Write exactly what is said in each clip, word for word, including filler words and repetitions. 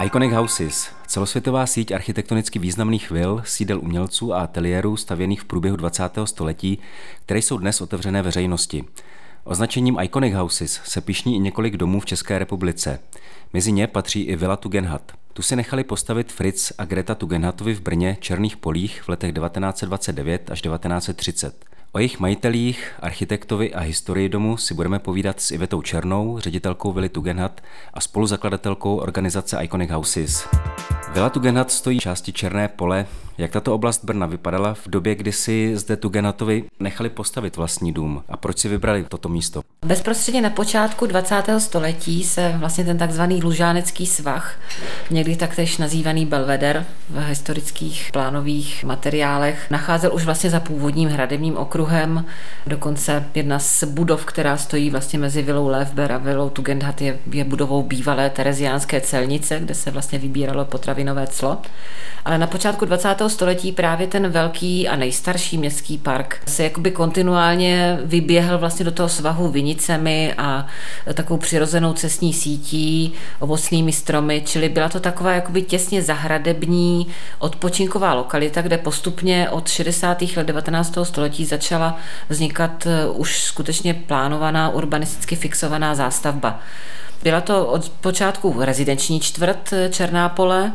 Iconic Houses, celosvětová síť architektonicky významných vil, sídel umělců a ateliérů stavěných v průběhu dvacátého století, které jsou dnes otevřené veřejnosti. Označením Iconic Houses se pyšní i několik domů v České republice. Mezi ně patří i Villa Tugendhat. Tu si nechali postavit Fritz a Greta Tugendhatovi v Brně Černých polích v letech devatenáct set dvacet devět až devatenáct set třicet. O jejich majitelích, architektovi a historii domu si budeme povídat s Ivetou Černou, ředitelkou Villy Tugendhat a spoluzakladatelkou organizace Iconic Houses. Villa Tugendhat stojí v části Černé pole. Jak tato oblast Brna vypadala v době, kdy si zde Tugendhatovi nechali postavit vlastní dům a proč si vybrali toto místo? Bezprostředně na počátku dvacátého století se vlastně ten takzvaný lužánecký svah, někdy taktéž nazývaný Belveder v historických plánových materiálech, nacházel už vlastně za původním hradebním okruhem. Dokonce jedna z budov, která stojí vlastně mezi Villou Levber a Villou Tugendhat, je, je budovou bývalé tereziánské celnice, kde se vlastně vybíralo potravinové clo. Ale na počátku dvacátého století právě ten velký a nejstarší městský park se jakoby kontinuálně vyběhl vlastně do toho svahu vinicemi a takovou přirozenou cestní sítí, ovocnými stromy, čili byla to taková jakoby těsně zahradební odpočinková lokalita, kde postupně od šedesátých let devatenáctého století začala vznikat už skutečně plánovaná, urbanisticky fixovaná zástavba. Byla to od počátku rezidenční čtvrt Černá pole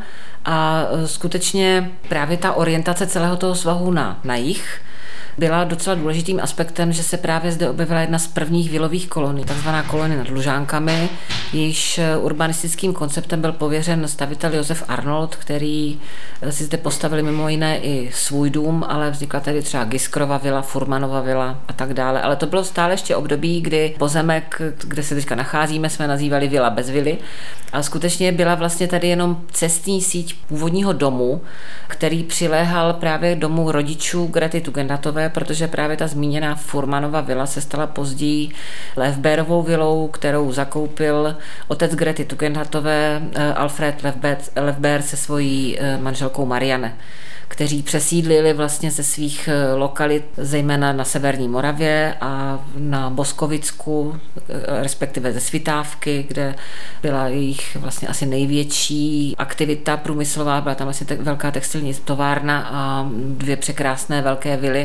a skutečně právě ta orientace celého toho svahu na, na jih byla docela důležitým aspektem, že se právě zde objevila jedna z prvních vilových kolonií, takzvaná kolonie nad Lužánkami, jejíž urbanistickým konceptem byl pověřen stavitel Josef Arnold, který si zde postavili mimo jiné i svůj dům, ale vznikla tady třeba Giskrova vila, Furmanova vila a tak dále. Ale to bylo stále ještě období, kdy pozemek, kde se teďka nacházíme, jsme nazývali vila bez vily. A skutečně byla vlastně tady jenom cestní síť původního domu, který přiléhal právě domu rodičů Grety Tugendhatové, protože právě ta zmíněná Furmanova vila se stala později Levberovou vilou, kterou zakoupil otec Grety Tugendhatové Alfred Levber se svojí manželkou Marianne, kteří přesídlili vlastně ze svých lokalit, zejména na severní Moravě a na Boskovicku, respektive ze Svitávky, kde byla jejich vlastně asi největší aktivita průmyslová, byla tam vlastně te- velká textilní továrna a dvě překrásné velké vily.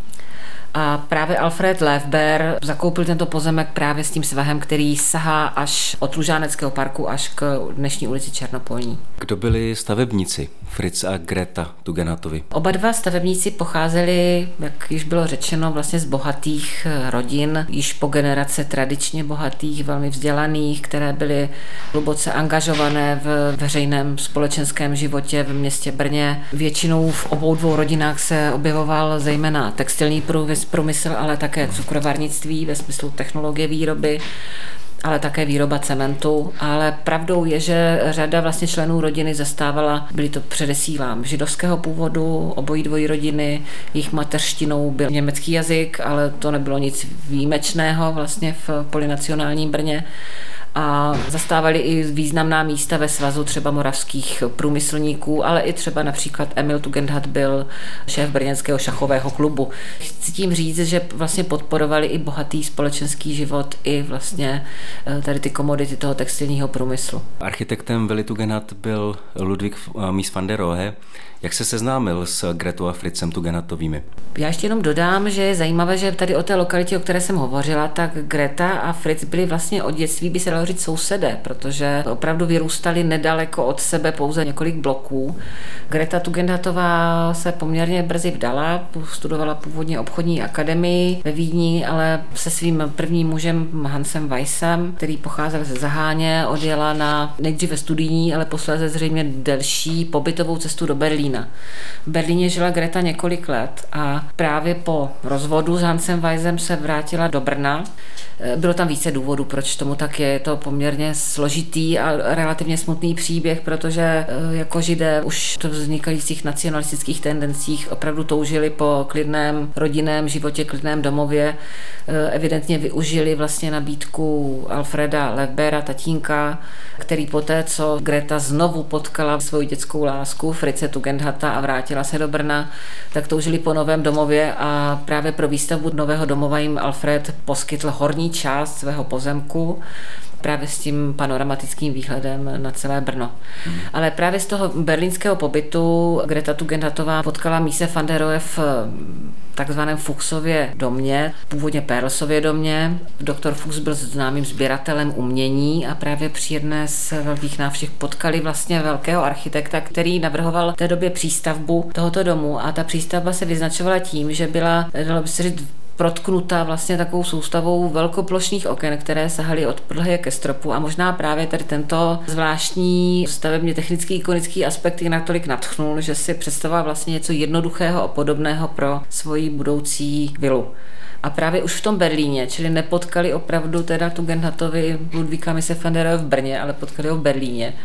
A právě Alfred Levber zakoupil tento pozemek právě s tím svahem, který sahá až od Lužáneckého parku až k dnešní ulici Černopolní. Kdo byli stavebníci Fritz a Greta Tugendhatovi? Oba dva stavebníci pocházeli, jak již bylo řečeno, vlastně z bohatých rodin, již po generace tradičně bohatých, velmi vzdělaných, které byly hluboce angažované v veřejném společenském životě v městě Brně. Většinou v obou dvou rodinách se objevoval zejména textilní průmysl, ale také cukrovarnictví ve smyslu technologie výroby, ale také výroba cementu, ale pravdou je, že řada vlastně členů rodiny zastávala, byli to předesílám, židovského původu, obojí dvojí rodiny, jejich mateřštinou byl německý jazyk, ale to nebylo nic výjimečného vlastně v polynacionálním Brně. A zastávali i významná místa ve svazu třeba moravských průmyslníků, ale i třeba například Emil Tugendhat byl šéf brněnského šachového klubu. Chci tím říct, že vlastně podporovali i bohatý společenský život, i vlastně tady ty komodity toho textilního průmyslu. Architektem Villy Tugendhat byl Ludwig Mies van der Rohe. Jak se seznámil s Gretou a Fritzem Tugendhatovými? Já ještě jenom dodám, že je zajímavé, že tady o té lokalitě, o které jsem hovořila, tak Greta a Fritz byli vlastně od dětství, by se dalo říct, sousedé, protože opravdu vyrůstali nedaleko od sebe pouze několik bloků. Greta Tugendhatová se poměrně brzy vdala, studovala původně obchodní akademii ve Vídni, ale se svým prvním mužem Hansem Weissem, který pocházel ze Zaháně, odjela na nejdříve studijní, ale posléze zřejmě delší pobytovou cestu do Berlína. V Berlíně žila Greta několik let a právě po rozvodu s Hansem Weissem se vrátila do Brna. Bylo tam více důvodů, proč tomu tak je. Je to poměrně složitý a relativně smutný příběh, protože jako Židé už to vznikajících nacionalistických tendencích opravdu toužili po klidném rodinném životě, klidném domově. Evidentně využili vlastně nabídku Alfreda Levbera, tatínka, který poté, co Greta znovu potkala svoji dětskou lásku Fritze Tugendhata a vrátila se do Brna, tak toužili po novém domově a právě pro výstavbu nového domova jim Alfred poskytl horní část svého pozemku právě s tím panoramatickým výhledem na celé Brno. Hmm. Ale právě z toho berlínského pobytu Greta Tugendhatová potkala Mise van der Rohe v takzvaném Fuchsově domě, původně Perlsově domě. Doktor Fuchs byl známým sběratelem umění a právě při jedné z velkých návštěv potkali vlastně velkého architekta, který navrhoval v té době přístavbu tohoto domu a ta přístavba se vyznačovala tím, že byla, dalo by se říct, protknutá vlastně takovou soustavou velkoplošných oken, které sahaly od podlahy ke stropu a možná právě tady tento zvláštní stavebně technický ikonický aspekt ji natolik nadchnul, že si představoval vlastně něco jednoduchého a podobného pro svoji budoucí vilu. A právě už v tom Berlíně, čili nepotkali opravdu teda Tugendhatovi Ludvíka Mise van der Rohe v Brně, ale potkali ho v Berlíně.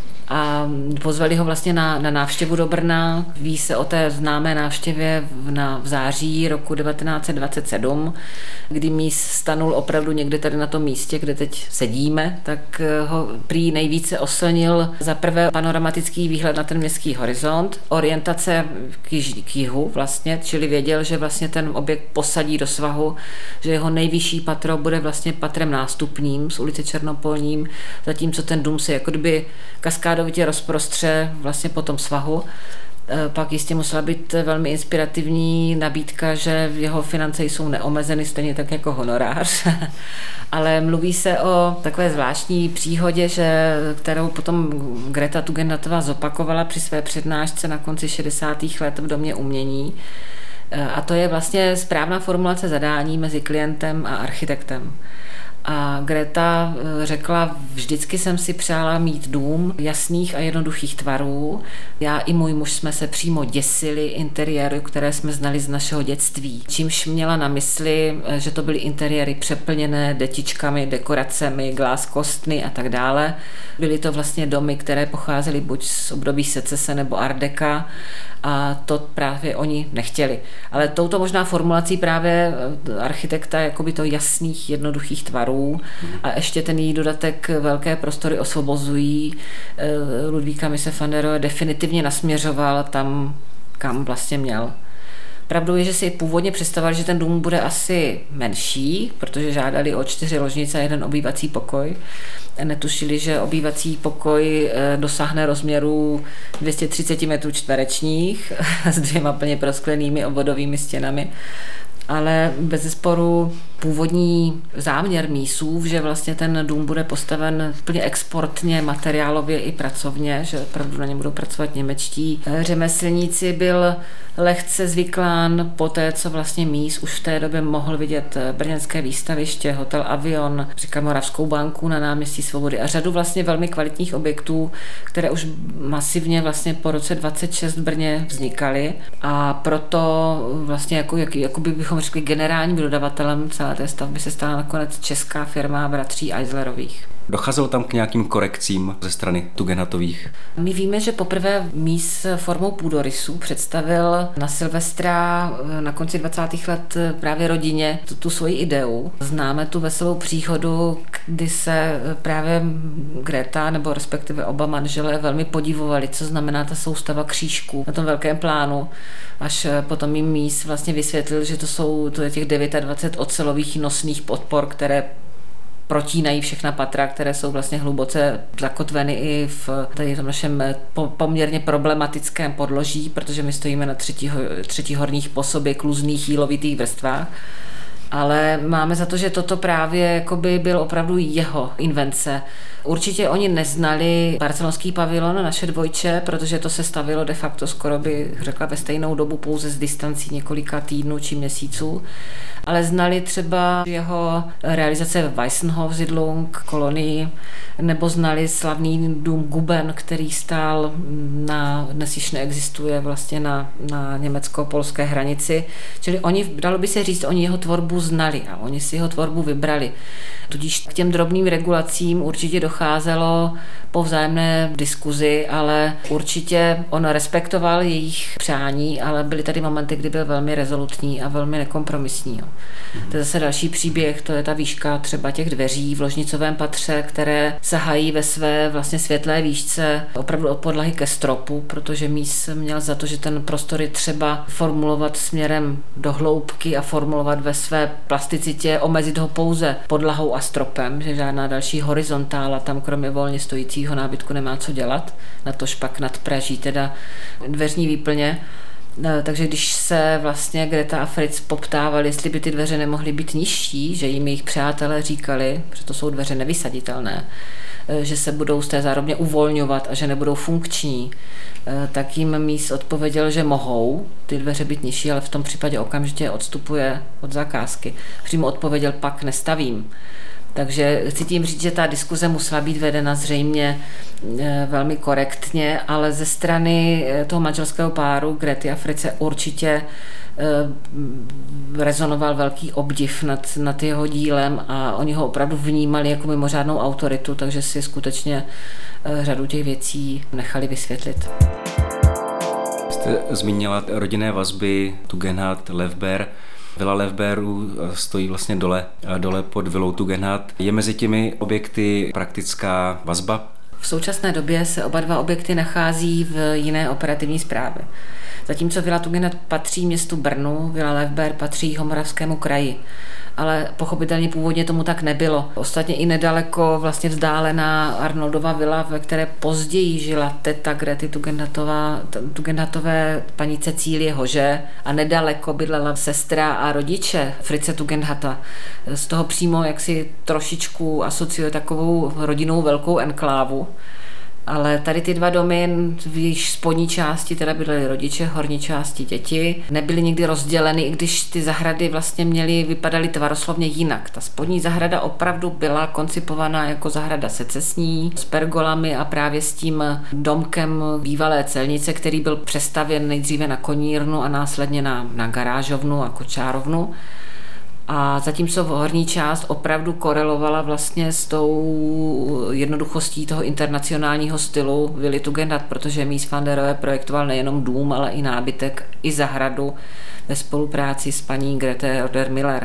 A pozvali ho vlastně na, na návštěvu do Brna. Ví se o té známé návštěvě v, na, v září roku devatenáct set dvacet sedm, kdy Mies stanul opravdu někde tady na tom místě, kde teď sedíme, tak ho prý nejvíce oslnil za prvé panoramatický výhled na ten městský horizont, orientace k, již, k jihu vlastně, čili věděl, že vlastně ten objekt posadí do svahu, že jeho nejvyšší patro bude vlastně patrem nástupním z ulice Černopolním, zatímco ten dům se jako kdyby kaskádovitě rozprostře vlastně po tom svahu. Pak jistě musela být velmi inspirativní nabídka, že jeho finance jsou neomezeny, stejně tak jako honorář. Ale mluví se o takové zvláštní příhodě, že, kterou potom Greta Tugendhatová zopakovala při své přednášce na konci šedesátých let v Domě umění. A to je vlastně správná formulace zadání mezi klientem a architektem. A Greta řekla, vždycky jsem si přála mít dům jasných a jednoduchých tvarů. Já i můj muž jsme se přímo děsili interiéru, které jsme znali z našeho dětství. Čímž měla na mysli, že to byly interiéry přeplněné detičkami, dekoracemi, gláskostny a tak dále. Byly to vlastně domy, které pocházely buď z období secese nebo Art Deca a to právě oni nechtěli. Ale touto možná formulací právě architekta jakoby to jasných, jednoduchých tvarů a ještě ten její dodatek velké prostory osvobozují Ludvíka Mise van der Rohe definitivně nasměřoval tam, kam vlastně měl. Pravdou je, že si původně představovali, že ten dům bude asi menší, protože žádali o čtyři ložnice a jeden obývací pokoj. Netušili, že obývací pokoj dosáhne rozměru dvě stě třicet metrů čtverečních s dvěma plně prosklenými obvodovými stěnami. Ale bezesporu původní záměr Miesův, že vlastně ten dům bude postaven úplně exportně, materiálově i pracovně, že opravdu na něm budou pracovat němečtí řemeslníci, byl lehce zvyklán po té, co vlastně Mies už v té době mohl vidět brněnské výstaviště, hotel Avion, říkám Moravskou banku na náměstí Svobody a řadu vlastně velmi kvalitních objektů, které už masivně vlastně po roce dvacet šest v Brně vznikaly a proto vlastně jako, jak, jako by bychom řekli generálním dodavatelem celé té stavby se stala nakonec česká firma bratří Eislerových. Docházelo tam k nějakým korekcím ze strany Tugendhatových? My víme, že poprvé Mies formou půdorysu představil na Silvestra na konci dvacátých let právě rodině tu, tu svoji ideu. Známe tu veselou příhodu, kdy se právě Greta, nebo respektive oba manželé velmi podivovali, co znamená ta soustava křížků na tom velkém plánu, až potom jim Mies vlastně vysvětlil, že to jsou to je těch dvacet devět ocelových nosných podpor, které protínají všechna patra, které jsou vlastně hluboce zakotveny i v tady tom našem poměrně problematickém podloží, protože my stojíme na třetí, třetí horních po sobě kluzných jílovitých vrstvách. Ale máme za to, že toto právě jakoby byl opravdu jeho invence. Určitě oni neznali barcelonský pavilon, naše dvojče, protože to se stavilo de facto skoro by řekla ve stejnou dobu pouze z distancí několika týdnů či měsíců, ale znali třeba jeho realizace v Weissenhofsiedlung, kolonii, nebo znali slavný dům Guben, který stál na, dnes již neexistuje, vlastně na, na německo-polské hranici. Čili oni, dalo by se říct, oni jeho tvorbu znali a oni si jeho tvorbu vybrali. Tudíž k těm drobným regulacím určitě dochází docházelo po vzájemné diskuzi, ale určitě on respektoval jejich přání, ale byly tady momenty, kdy byl velmi rezolutní a velmi nekompromisní. Jo. Mm-hmm. To je zase další příběh, to je ta výška třeba těch dveří v ložnicovém patře, které sahají ve své vlastně světlé výšce opravdu od podlahy ke stropu, protože Mies měl za to, že ten prostor je třeba formulovat směrem do hloubky a formulovat ve své plasticitě, omezit ho pouze podlahou a stropem, že žádná další horizontála tam kromě volně stojícího nábytku nemá co dělat, natož pak nad Praží teda dveřní výplně. Takže když se vlastně Greta a Fritz poptávali, jestli by ty dveře nemohly být nižší, že jim jejich přátelé říkali, že to jsou dveře nevysaditelné, že se budou z té zároveň uvolňovat a že nebudou funkční, tak jim Mies odpověděl, že mohou ty dveře být nižší, ale v tom případě okamžitě odstupuje od zakázky. Přímo odpověděl, pak nestavím. Takže chci tím říct, že ta diskuze musela být vedena zřejmě velmi korektně, ale ze strany toho manželského páru Grety a Fritze určitě rezonoval velký obdiv nad, nad jeho dílem a oni ho opravdu vnímali jako mimořádnou autoritu, takže si skutečně řadu těch věcí nechali vysvětlit. Jste zmínila rodinné vazby Tugendhat, Levber. Vila Levberů stojí vlastně dole, dole pod vilou Tugendhat. Je mezi těmi objekty praktická vazba? V současné době se oba dva objekty nachází v jiné operativní správě. Zatímco vila Tugendhat patří městu Brnu, vila Levber patří Jihomoravskému kraji. Ale pochopitelně původně tomu tak nebylo. Ostatně i nedaleko vlastně vzdálená Arnoldova vila, ve které později žila teta Grety Tugendhatová, Tugendhatové paní Cecílie Hože a nedaleko bydlela sestra a rodiče Fritze Tugendhata. Z toho přímo jaksi trošičku asociuje takovou rodinnou velkou enklávu. Ale tady ty dva domy, v jejich spodní části teda bydleli rodiče, horní části děti, nebyly nikdy rozděleny, i když ty zahrady vlastně měly, vypadaly tvaroslovně jinak. Ta spodní zahrada opravdu byla koncipovaná jako zahrada secesní, s pergolami a právě s tím domkem bývalé celnice, který byl přestavěn nejdříve na konírnu a následně na, na garážovnu a kočárovnu. A zatímco horní část opravdu korelovala vlastně s tou jednoduchostí toho internacionálního stylu vily Tugendhat, protože Mies van der Rohe projektoval nejenom dům, ale i nábytek, i zahradu ve spolupráci s paní Grete Odermiller.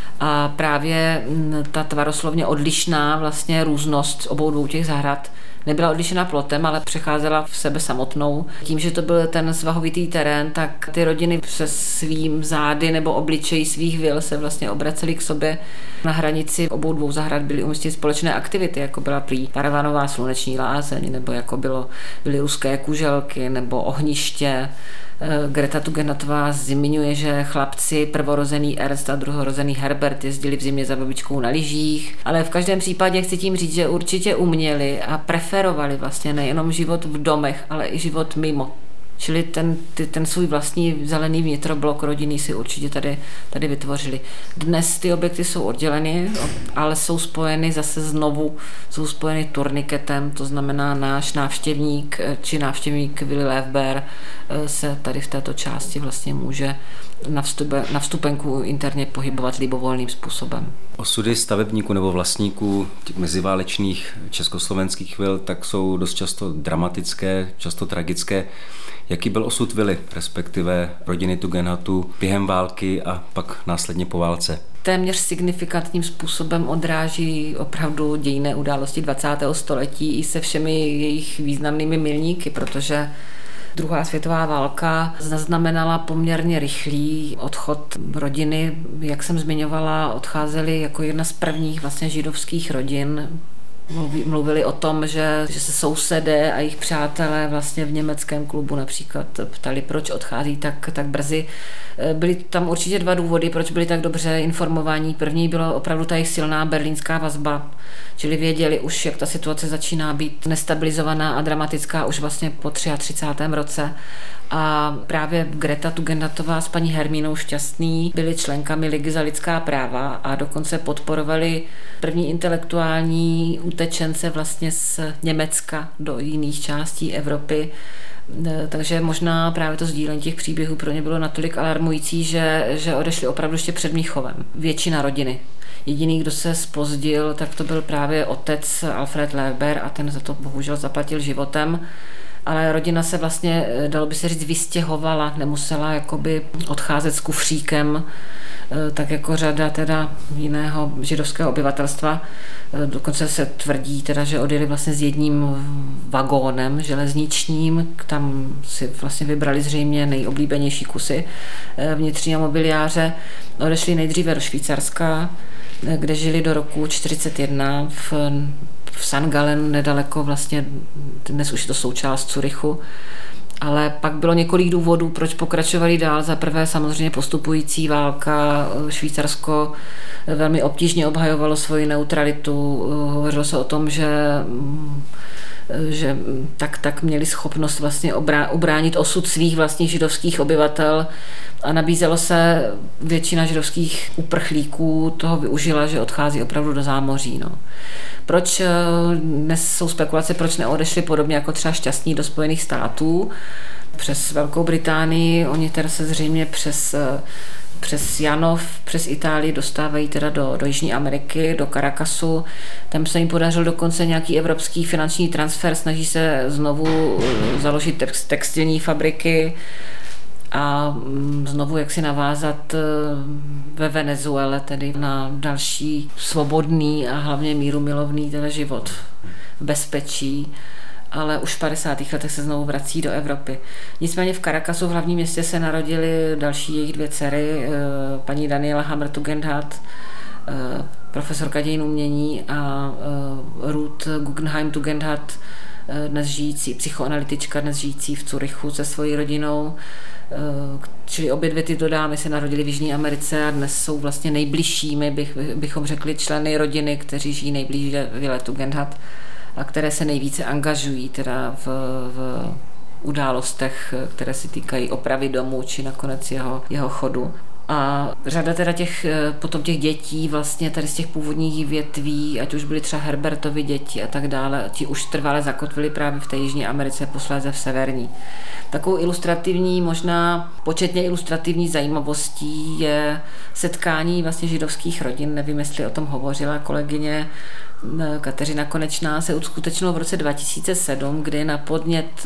A právě ta tvaroslovně odlišná vlastně různost obou dvou těch zahrad nebyla odlišena plotem, ale přecházela v sebe samotnou. Tím, že to byl ten svahovitý terén, tak ty rodiny se svým zády nebo obličejí svých vil se vlastně obracely k sobě. Na hranici obou dvou zahrad byly umístěny společné aktivity, jako byla prý Paravanová sluneční lázeň, nebo jako bylo, byly ruské kuželky, nebo ohniště. Greta Tugendhatová zmiňuje, že chlapci prvorozený Ernst a druhorozený Herbert jezdili v zimě za babičkou na lyžích, ale v každém případě chci tím říct, že určitě uměli a preferovali vlastně nejenom život v domech, ale i život mimo. Čili ten, ty, ten svůj vlastní zelený vnitroblok rodinný si určitě tady, tady vytvořili. Dnes ty objekty jsou odděleny, ale jsou spojeny zase znovu, jsou spojeny turniketem, to znamená náš návštěvník či návštěvník vily Levber se tady v této části vlastně může na, vstupe, na vstupenku interně pohybovat libovolným způsobem. Osudy stavebníků nebo vlastníků těch meziválečných československých vil tak jsou dost často dramatické, často tragické. Jaký byl osud vily, respektive rodiny Tugendhatů během války a pak následně po válce? Téměř signifikantním způsobem odráží opravdu dějinné události dvacátého století i se všemi jejich významnými milníky, protože druhá světová válka zaznamenala poměrně rychlý odchod rodiny. Jak jsem zmiňovala, odcházeli jako jedna z prvních vlastně židovských rodin. Mluvili o tom, že, že se sousedé a jejich přátelé vlastně v německém klubu například ptali, proč odchází tak, tak brzy. Byly tam určitě dva důvody, proč byli tak dobře informováni. První bylo opravdu ta jejich silná berlínská vazba, čili věděli už, jak ta situace začíná být nestabilizovaná a dramatická už vlastně po třicátém třetím roce. A právě Greta Tugendhatová s paní Hermínou Šťastný byly členkami Ligy za lidská práva a dokonce podporovali první intelektuální utečence vlastně z Německa do jiných částí Evropy Takže možná právě to sdílení těch příběhů pro ně bylo natolik alarmující, že, že odešli opravdu ještě před Mnichovem. Většina rodiny. Jediný, kdo se zpozdil, tak to byl právě otec Alfred Löwber a ten za to bohužel zaplatil životem. Ale rodina se vlastně, dalo by se říct, vystěhovala, nemusela jakoby odcházet s kufříkem, tak jako řada teda jiného židovského obyvatelstva. Dokonce se tvrdí teda, že odjeli vlastně s jedním vagónem železničním, tam si vlastně vybrali zřejmě nejoblíbenější kusy vnitřního mobiliáře. Odešli nejdříve do Švýcarska, kde žili do roku čtyřicet jedna v, v Sankt Gallen, nedaleko vlastně, dnes už je to součást Curychu, ale pak bylo několik důvodů, proč pokračovali dál. Za prvé samozřejmě postupující válka, Švýcarsko velmi obtížně obhajovalo svoji neutralitu, hovořilo se o tom, že že tak, tak měli schopnost vlastně ubránit osud svých vlastních židovských obyvatel a nabízelo se, většina židovských uprchlíků toho využila, že odchází opravdu do zámoří. No. Proč dnes jsou spekulace, proč neodešli podobně jako třeba Šťastní do Spojených států přes Velkou Británii, oni teda se zřejmě přes přes Janov, přes Itálii dostávají teda do, do Jižní Ameriky, do Caracasu. Tam se jim podařil dokonce nějaký evropský finanční transfer, snaží se znovu založit text, textilní fabriky a znovu jaksi navázat ve Venezuele tedy na další svobodný a hlavně mírumilovný teda život v bezpečí. Ale už v padesátých letech se znovu vrací do Evropy. Nicméně v Caracasu, v hlavním městě, se narodily další jejich dvě dcery, paní Daniela Hammer-Tugendhat, profesorka dějin umění, a Ruth Guggenheim-Tugendhat, dnes žijící psychoanalytička, dnes žijící v Curychu se svojí rodinou. Čili obě dvě tyto dámy se narodily v Jižní Americe a dnes jsou vlastně nejbližšími, bych, bychom řekli, členy rodiny, kteří žijí nejblíž Vile Tugendhat a které se nejvíce angažují teda v, v událostech, které se týkají opravy domu či nakonec jeho, jeho chodu. A řada teda těch, potom těch dětí vlastně tady z těch původních větví, ať už byly třeba Herbertovy děti a tak dále, ti už trvale zakotvili právě v té Jižní Americe, posléze v severní. Takovou ilustrativní, možná početně ilustrativní zajímavostí je setkání vlastně židovských rodin, nevím, jestli o tom hovořila kolegyně Kateřina Konečná, se uskutečnilo v roce dva tisíce sedm, kdy na podnět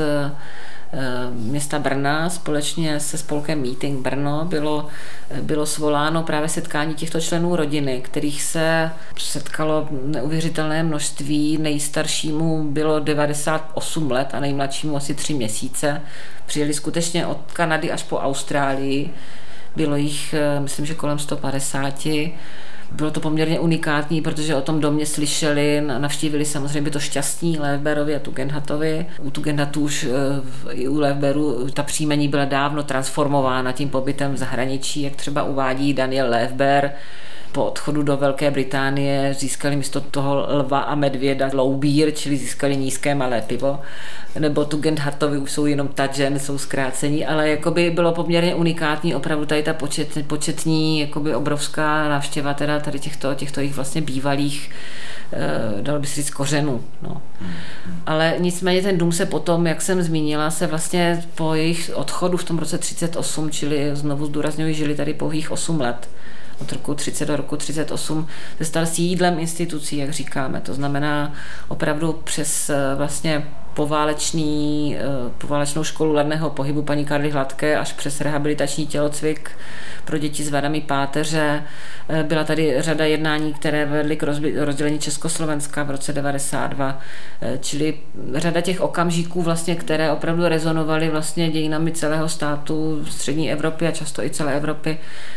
města Brna společně se spolkem Meeting Brno bylo, bylo svoláno právě setkání těchto členů rodiny, kterých se setkalo neuvěřitelné množství. Nejstaršímu bylo devadesát osm let a nejmladšímu asi tři měsíce. Přijeli skutečně od Kanady až po Austrálii. Bylo jich, myslím, že kolem sto padesát. Bylo to poměrně unikátní, protože o tom domě slyšeli, navštívili samozřejmě to Šťastní, Löwberovi a Tugendhatovi. U Tugendhatů už i u Löwberu ta příjmení byla dávno transformována tím pobytem v zahraničí, jak třeba uvádí Daniel Löwber. Po odchodu do Velké Británie získali místo toho lva a medvěda low beer, čili získali nízké malé pivo. Nebo Tugendhatovi už jsou jenom tadžen, jsou zkrácení, ale jakoby bylo poměrně unikátní opravdu tady ta počet, početní, jakoby obrovská návštěva teda tady těchto, těchto jich vlastně bývalých, eh, dalo by se říct, kořenů. No. Ale nicméně ten dům se potom, jak jsem zmínila, se vlastně po jejich odchodu v tom roce třicet osm, čili znovu zdůrazňuji, žili tady pouhých osm let, od roku třicet do roku třicet osm, se stal sídlem institucí, jak říkáme. To znamená opravdu přes vlastně poválečný, poválečnou školu ladného pohybu paní Karly Hladké až přes rehabilitační tělocvik pro děti s vadami páteře. Byla tady řada jednání, které vedly k rozdělení Československa v roce devadesát dva, čili řada těch okamžiků, vlastně, které opravdu rezonovaly vlastně dějinami celého státu, střední Evropy a často i celé Evropy,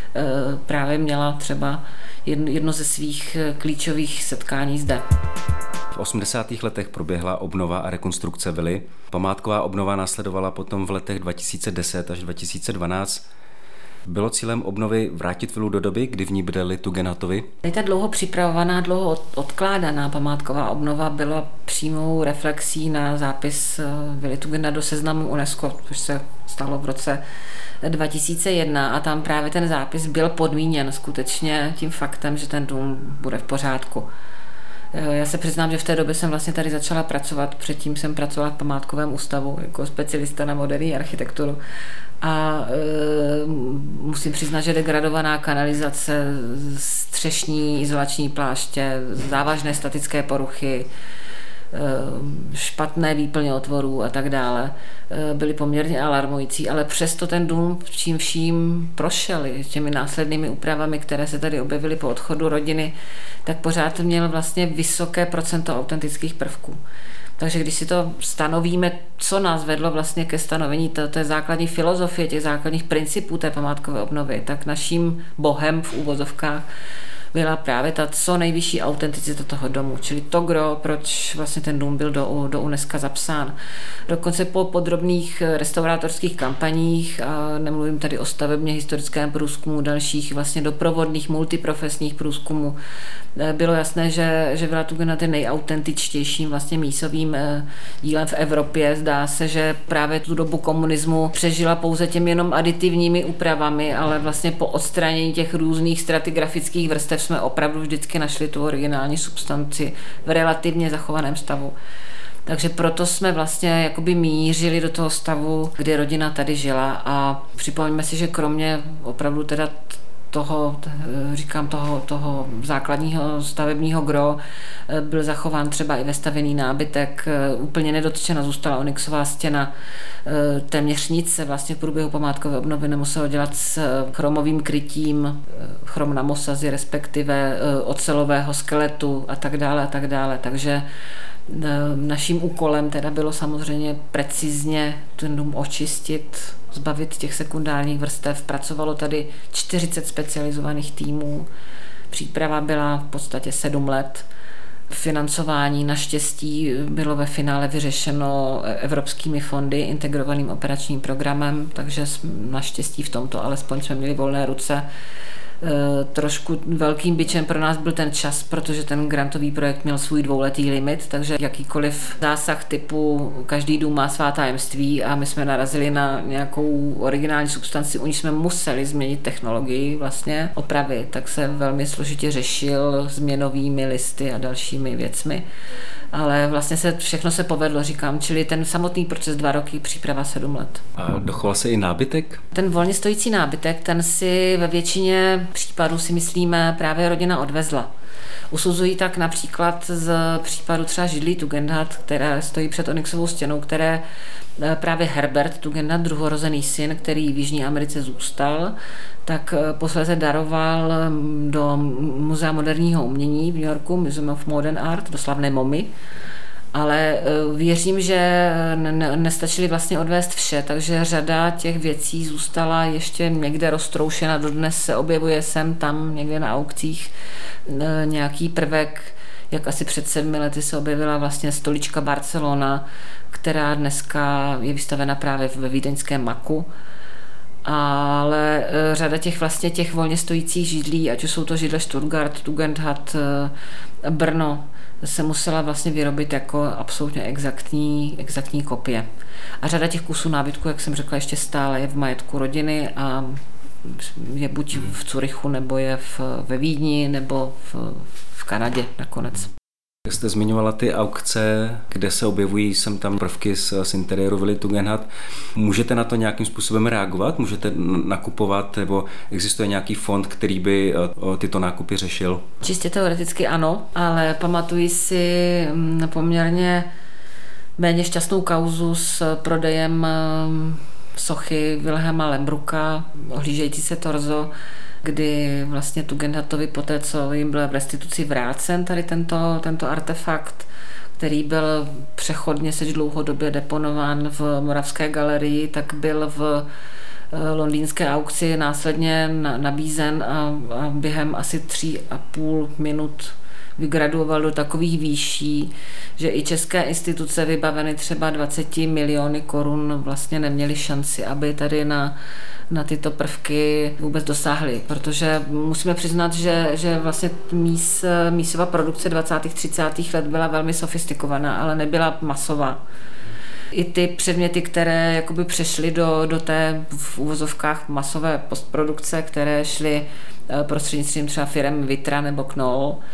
právě měla třeba jedno ze svých klíčových setkání zde. V osmdesátých letech proběhla obnova a rekonstrukce vily. Památková obnova následovala potom v letech dva tisíce deset až dva tisíce dvanáct. Bylo cílem obnovy vrátit vilu do doby, kdy v ní bydleli Tugendhatovi? Ta dlouho připravovaná, dlouho odkládaná památková obnova byla přímou reflexí na zápis vily Tugendhat do seznamu UNESCO, což se stalo v roce dva tisíce jedna, a tam právě ten zápis byl podmíněn skutečně tím faktem, že ten dům bude v pořádku. Já se přiznám, že v té době jsem vlastně tady začala pracovat, předtím jsem pracovala v památkovém ústavu jako specialista na moderní architekturu a e, musím přiznat, že degradovaná kanalizace, střešní izolační pláště, závažné statické poruchy, špatné výplně otvorů a tak dále, byly poměrně alarmující, ale přesto ten dům čím vším prošel, těmi následnými úpravami, které se tady objevily po odchodu rodiny, tak pořád měl vlastně vysoké procento autentických prvků. Takže když si to stanovíme, co nás vedlo vlastně ke stanovení té, té základní filozofie, těch základních principů té památkové obnovy, tak naším bohem v úvozovkách byla právě ta co nejvyšší autenticita toho domu, čili to gro, proč vlastně ten dům byl do, do UNESCO zapsán. Dokonce po podrobných restaurátorských kampaních, a nemluvím tady o stavebně historickém průzkumu, dalších vlastně doprovodných multiprofesních průzkumů, bylo jasné, že, že Villa Tugendhat je nejautentičtějším vlastně mísovým dílem v Evropě. Zdá se, že právě tu dobu komunismu přežila pouze těmi jenom aditivními úpravami, ale vlastně po odstranění těch různých stratigrafických vrstev jsme opravdu vždycky našli tu originální substanci v relativně zachovaném stavu. Takže proto jsme vlastně jakoby mířili do toho stavu, kdy rodina tady žila a připomeňme si, že kromě opravdu teda toho, říkám toho, toho základního stavebního gro, byl zachován třeba i vestavěný nábytek, úplně nedotčena zůstala onyxová stěna, téměř nic se vlastně v průběhu památkové obnovy nemuselo dělat s chromovým krytím, chrom na mosazi, respektive ocelového skeletu a tak dále a tak dále, takže naším úkolem teda bylo samozřejmě precizně ten dům očistit, zbavit těch sekundárních vrstev. Pracovalo tady čtyřicet specializovaných týmů. Příprava byla v podstatě sedm let. Financování naštěstí bylo ve finále vyřešeno evropskými fondy, integrovaným operačním programem, takže naštěstí v tomto alespoň jsme měli volné ruce. Trošku velkým bičem pro nás byl ten čas, protože ten grantový projekt měl svůj dvouletý limit, takže jakýkoliv zásah typu každý dům má svá tajemství a my jsme narazili na nějakou originální substanci, u níž jsme museli změnit technologii vlastně, opravit, tak se velmi složitě řešil změnovými listy a dalšími věcmi. Ale vlastně se všechno se povedlo, říkám, čili ten samotný proces dva roky, příprava sedm let. A dochoval se i nábytek? Ten volně stojící nábytek, ten si ve většině případů si myslíme právě rodina odvezla. Usuzují tak například z případu třeba židlí Tugendhat, které stojí před onyxovou stěnou, které právě Herbert Tugendhat, druhorozený syn, který v Jižní Americe zůstal, tak posléze daroval do Muzea moderního umění v New Yorku, Museum of Modern Art, do slavné Momy. Ale věřím, že nestačili vlastně odvést vše, takže řada těch věcí zůstala ještě někde roztroušena. Dodnes se objevuje sem tam někde na aukcích nějaký prvek, jak asi před sedmi lety se objevila vlastně stolička Barcelona, která dneska je vystavena právě ve vídeňském Maku. Ale řada těch vlastně těch volně stojících židlí, ať už jsou to židle Stuttgart, Tugendhat, Brno, se musela vlastně vyrobit jako absolutně exaktní, exaktní kopie. A řada těch kusů nábytku, jak jsem řekla, ještě stále je v majetku rodiny a je buď v Curychu, nebo je v, ve Vídni, nebo v, v Kanadě nakonec. Jak jste zmiňovala ty aukce, kde se objevují sem tam prvky z, z interiéru Vily Tugendhat, můžete na to nějakým způsobem reagovat? Můžete nakupovat, nebo existuje nějaký fond, který by tyto nákupy řešil? Čistě teoreticky ano, ale pamatuji si poměrně méně šťastnou kauzu s prodejem sochy Wilhelma Lembrucka, ohlížející se torzo, kdy vlastně Tugendhatovi poté, co jim byl v restituci vrácen tady tento, tento artefakt, který byl přechodně seč dlouhodobě deponován v Moravské galerii, tak byl v londýnské aukci následně nabízen a, a během asi tří a půl minut vygraduoval do takových výší, že i české instituce vybaveny třeba dvaceti miliony korun vlastně neměly šanci, aby tady na, na tyto prvky vůbec dosáhly. Protože musíme přiznat, že, že vlastně mís, mísová produkce dvacátých třicátých let byla velmi sofistikovaná, ale nebyla masová. I ty předměty, které jakoby přešly do, do té v uvozovkách masové postprodukce, které šly prostřednictvím třeba firem Vitra nebo Knoll,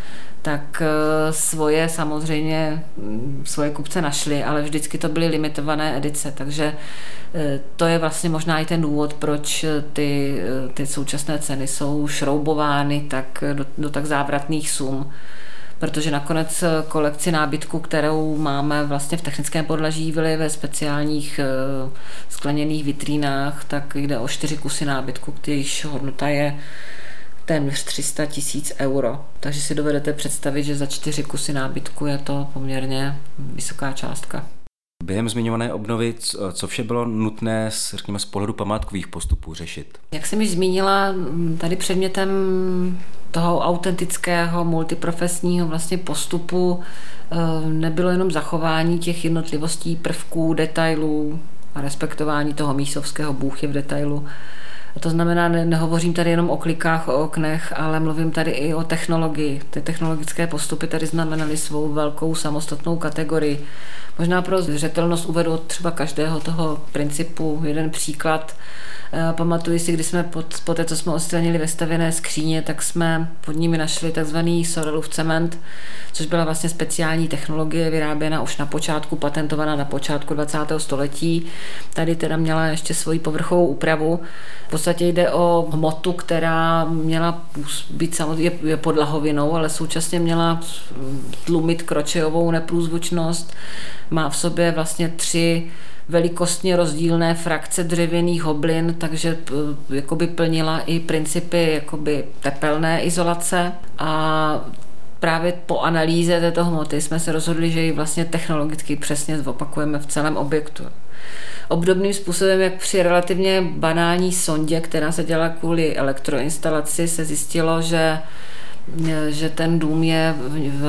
tak svoje samozřejmě, svoje kupce našli, ale vždycky to byly limitované edice, takže to je vlastně možná i ten důvod, proč ty, ty současné ceny jsou šroubovány tak do, do tak závratných sum. Protože nakonec kolekci nábytku, kterou máme vlastně v technickém podlaží vily ve speciálních skleněných vitrínách, tak jde o čtyři kusy nábytku, kterýž hodnota je téměř tři sta tisíc euro. Takže si dovedete představit, že za čtyři kusy nábytku je to poměrně vysoká částka. Během zmiňované obnovy, co vše bylo nutné z, řekněme, z pohledu památkových postupů řešit? Jak jsem již zmínila, tady předmětem toho autentického multiprofesního vlastně postupu nebylo jenom zachování těch jednotlivostí, prvků, detailů a respektování toho mísovského bůh je v detailu. A to znamená, ne, nehovořím tady jenom o klikách, o oknech, ale mluvím tady i o technologii. Ty technologické postupy tady znamenaly svou velkou samostatnou kategorii. Možná pro zřetelnost uvedu třeba každého toho principu jeden příklad. Pamatuji si, když jsme pod, po té, co jsme odstranili vestavěné skříně, tak jsme pod nimi našli takzvaný Sorelův cement, což byla vlastně speciální technologie vyráběna už na počátku, patentovaná na počátku dvacátého století. Tady teda měla ještě svoji povrchovou úpravu. V podstatě jde o hmotu, která měla být samozřejmě je podlahovinou, ale současně měla tlumit kročejovou neprůzvučnost. Má v sobě vlastně tři velikostně rozdílné frakce dřevěných hoblin, takže jakoby plnila i principy jakoby tepelné izolace a právě po analýze této hmoty jsme se rozhodli, že ji vlastně technologicky přesně zopakujeme v celém objektu. Obdobným způsobem, jak při relativně banální sondě, která se dělala kvůli elektroinstalaci, se zjistilo, že že ten dům je v,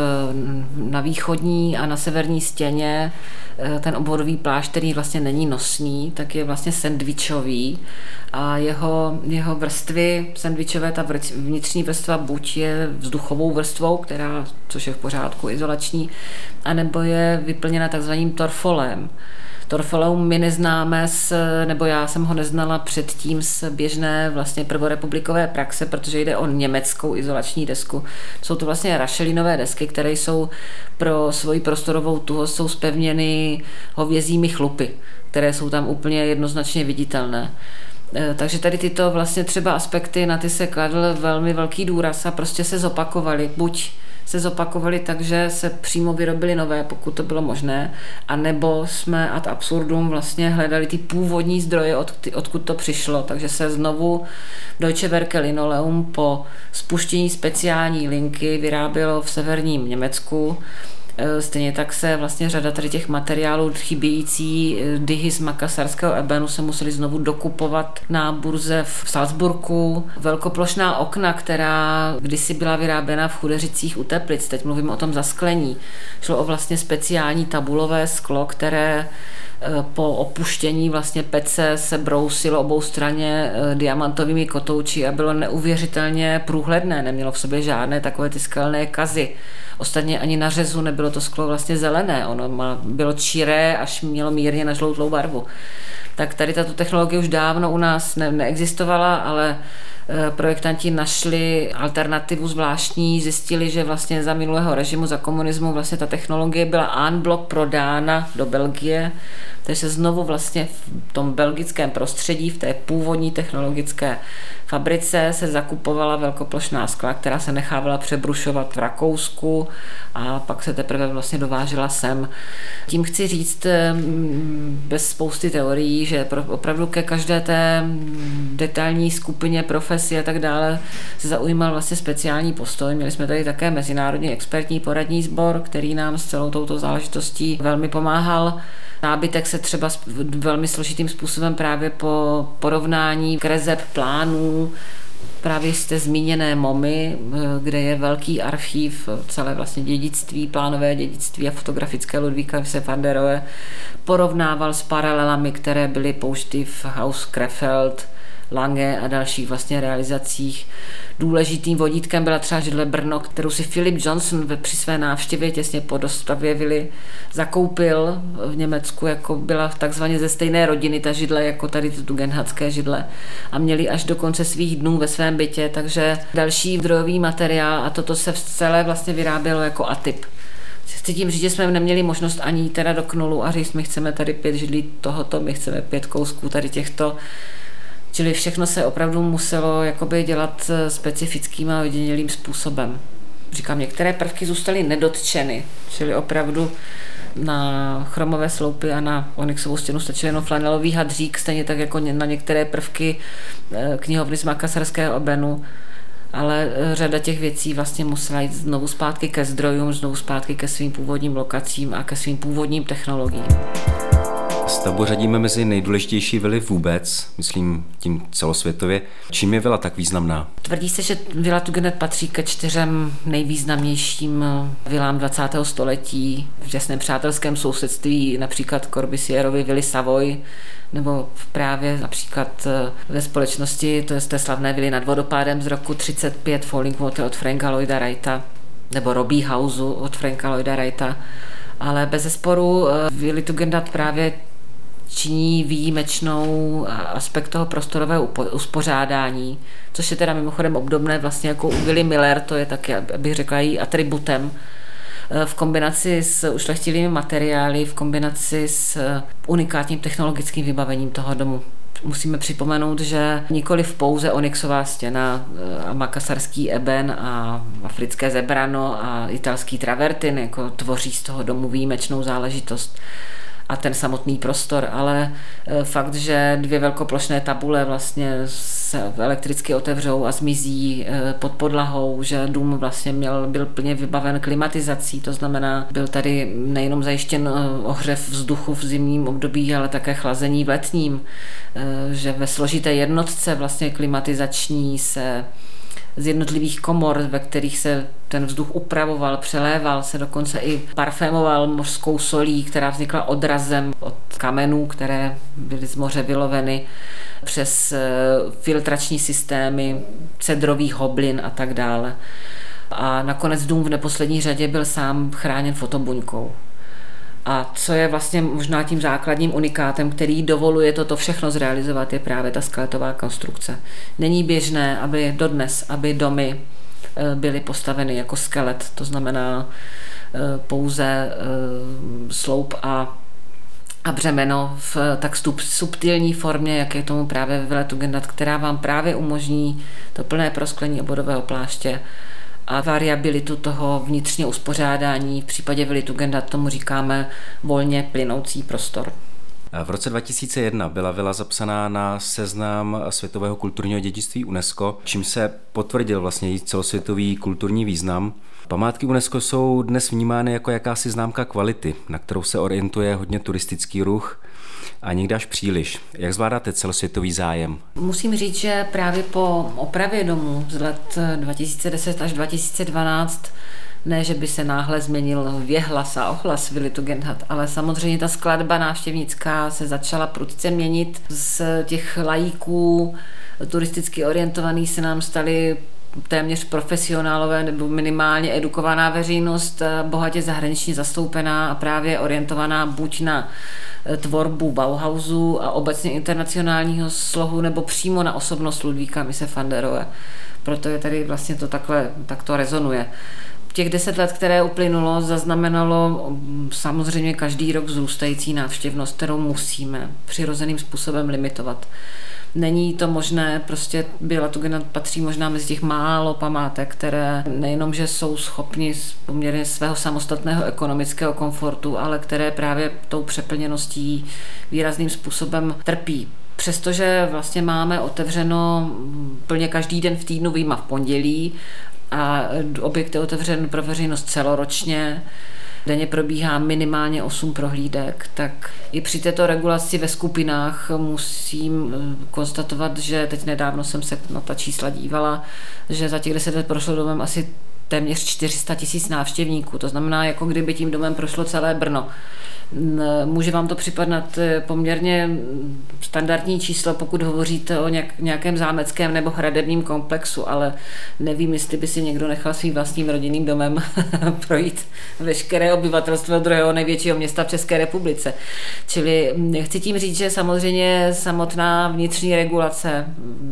na východní a na severní stěně, ten obvodový plášť, který vlastně není nosný, tak je vlastně sendvičový a jeho, jeho vrstvy sendvičové, ta vnitřní vrstva buď je vzduchovou vrstvou, která, což je v pořádku, izolační, anebo je vyplněna takzvaným torfolem. Torfoleum my neznáme, z, nebo já jsem ho neznala předtím z běžné vlastně prvorepublikové praxe, protože jde o německou izolační desku. Jsou to vlastně rašelinové desky, které jsou pro svoji prostorovou tuhost jsou zpevněny hovězími chlupy, které jsou tam úplně jednoznačně viditelné. Takže tady tyto vlastně třeba aspekty, na ty se kladl velmi velký důraz a prostě se zopakovaly. Buď se zopakovaly tak, že se přímo vyrobily nové, pokud to bylo možné, anebo jsme ad absurdum vlastně hledali ty původní zdroje, od, odkud to přišlo, takže se znovu Deutsche Werke Linoleum po spuštění speciální linky vyrábělo v severním Německu. Stejně tak se vlastně řada tady těch materiálů chybějící dyhy z makasarského ebenu se museli znovu dokupovat na burze v Salzburgu. Velkoplošná okna, která kdysi byla vyráběna v Chudeřicích u Teplic, teď mluvím o tom zasklení, šlo o vlastně speciální tabulové sklo, které po opuštění vlastně pece se brousilo obou straně diamantovými kotouči a bylo neuvěřitelně průhledné, nemělo v sobě žádné takové ty skalné kazy. Ostatně ani na řezu nebylo to sklo vlastně zelené, ono má, bylo čiré, až mělo mírně nažloutlou barvu. Tak tady tato technologie už dávno u nás ne, neexistovala, ale projektanti našli alternativu zvláštní, zjistili, že vlastně za minulého režimu, za komunismu vlastně ta technologie byla en bloc prodána do Belgie, takže se znovu vlastně v tom belgickém prostředí, v té původní technologické fabrice se zakupovala velkoplošná skla, která se nechávala přebrušovat v Rakousku a pak se teprve vlastně dovážela sem. Tím chci říct bez spousty teorií, že opravdu ke každé té detailní skupině profesí a tak dále se zaujímal vlastně speciální postoj. Měli jsme tady také mezinárodní expertní poradní sbor, který nám s celou touto záležitostí velmi pomáhal. Nábytek se třeba velmi složitým způsobem právě po porovnání kreseb plánů právě z té zmíněné MoMy, kde je velký archív celé vlastně dědictví, plánové dědictví a fotografické Ludvíka van der Rohe, porovnával s paralelami, které byly použity v Haus Krefeld, Lange a dalších vlastně realizacích. Důležitým vodítkem byla třeba židle Brno, kterou si Philip Johnson při své návštěvě těsně po dostavbě vily zakoupil v Německu, jako byla takzvaně ze stejné rodiny ta židle, jako tady ty tugendhatské židle a měli až do konce svých dnů ve svém bytě, takže další zdrojový materiál a toto se celé vlastně vyrábělo jako atyp. Chci tím říct, že jsme neměli možnost ani teda do Knolu a říct, my chceme tady pět židlí tohoto, my chceme pět kousků tady těchto. Čili všechno se opravdu muselo jakoby dělat specifickým a ojedinělým způsobem. Říkám, některé prvky zůstaly nedotčeny, čili opravdu na chromové sloupy a na onyxovou stěnu stačil jenom flanelový hadřík, stejně tak jako na některé prvky knihovny z Makasarského Ebenu, ale řada těch věcí vlastně musela jít znovu zpátky ke zdrojům, znovu zpátky ke svým původním lokacím a ke svým původním technologiím. Stavbu řadíme mezi nejdůležitější vily vůbec, myslím tím celosvětově. Čím je vila tak významná? Tvrdí se, že vila Tugendhat patří ke čtyřem nejvýznamnějším vilám dvacátého století v těsném přátelském sousedství, například Corbusierovy vily Savoy, nebo právě například ve společnosti, to je z té slavné vily nad vodopádem z roku třicet pět Falling Water od Franka Lloyda Wrighta, nebo Robbie Houseu od Franka Lloyda Wrighta. Ale bezesporu vily Tugendhat právě činí výjimečnou aspekt toho prostorového uspořádání, což je teda mimochodem obdobné vlastně jako u vily Miller, to je taky, abych řekla, její atributem, v kombinaci s ušlechtilými materiály, v kombinaci s unikátním technologickým vybavením toho domu. Musíme připomenout, že nikoli v pouze onyxová stěna a makasarský eben a africké zebrano a italský travertin jako tvoří z toho domu výjimečnou záležitost a ten samotný prostor, ale fakt, že dvě velkoplošné tabule vlastně se elektricky otevřou a zmizí pod podlahou, že dům vlastně měl, byl plně vybaven klimatizací, to znamená, byl tady nejenom zajištěn ohřev vzduchu v zimním období, ale také chlazení v letním, že ve složité jednotce vlastně klimatizační se z jednotlivých komor, ve kterých se ten vzduch upravoval, přeléval, se dokonce i parfémoval mořskou solí, která vznikla odrazem od kamenů, které byly z moře vyloveny, přes filtrační systémy, cedrových hoblin a tak dále. A nakonec dům v neposlední řadě byl sám chráněn fotobuňkou. A co je vlastně možná tím základním unikátem, který dovoluje toto všechno zrealizovat, je právě ta skeletová konstrukce. Není běžné, aby dodnes, aby domy byly postaveny jako skelet, to znamená pouze sloup a, a břemeno v tak subtilní formě, jak je tomu právě ve vile Tugendhat, která vám právě umožní to plné prosklení obvodového pláště a variabilitu toho vnitřního uspořádání. V případě vily Tugendhat tomu říkáme volně plynoucí prostor. V roce dva tisíce jedna byla vila zapsaná na seznam světového kulturního dědictví UNESCO, čím se potvrdil vlastně její celosvětový kulturní význam. Památky UNESCO jsou dnes vnímány jako jakási známka kvality, na kterou se orientuje hodně turistický ruch a někdy až příliš. Jak zvládáte celosvětový zájem? Musím říct, že právě po opravě domu z let dva tisíce deset až dva tisíce dvanáct ne, že by se náhle změnil věhlas a ohlas vily Tugendhat, ale samozřejmě ta skladba návštěvnická se začala prudce měnit. Z těch lajíků turisticky orientovaných se nám stali téměř profesionálové nebo minimálně edukovaná veřejnost, bohatě zahraničně zastoupená a právě orientovaná buď na tvorbu Bauhausu a obecně internacionálního slohu nebo přímo na osobnost Ludvíka Mise van der Rohe. Proto je tady vlastně to takhle, tak to rezonuje. Těch deset let, které uplynulo, zaznamenalo samozřejmě každý rok vzrůstající návštěvnost, kterou musíme přirozeným způsobem limitovat. Není to možné, prostě vila Tugendhat patří možná mezi těch málo památek, které nejenom, že jsou schopni z poměrně svého samostatného ekonomického komfortu, ale které právě tou přeplněností výrazným způsobem trpí. Přestože vlastně máme otevřeno plně každý den v týdnu, vyjma v pondělí, a objekt je otevřen pro veřejnost celoročně, denně probíhá minimálně osm prohlídek, tak i při této regulaci ve skupinách musím konstatovat, že teď nedávno jsem se na ta čísla dívala, že za těch deset let prošlo domem asi téměř čtyři sta tisíc návštěvníků. To znamená, jako kdyby tím domem prošlo celé Brno. Může vám to připadat poměrně standardní číslo, pokud hovoříte o nějakém zámeckém nebo hradebním komplexu, ale nevím, jestli by si někdo nechal svým vlastním rodinným domem projít veškeré obyvatelstvo druhého největšího města v České republice. Čili chci tím říct, že samozřejmě samotná vnitřní regulace,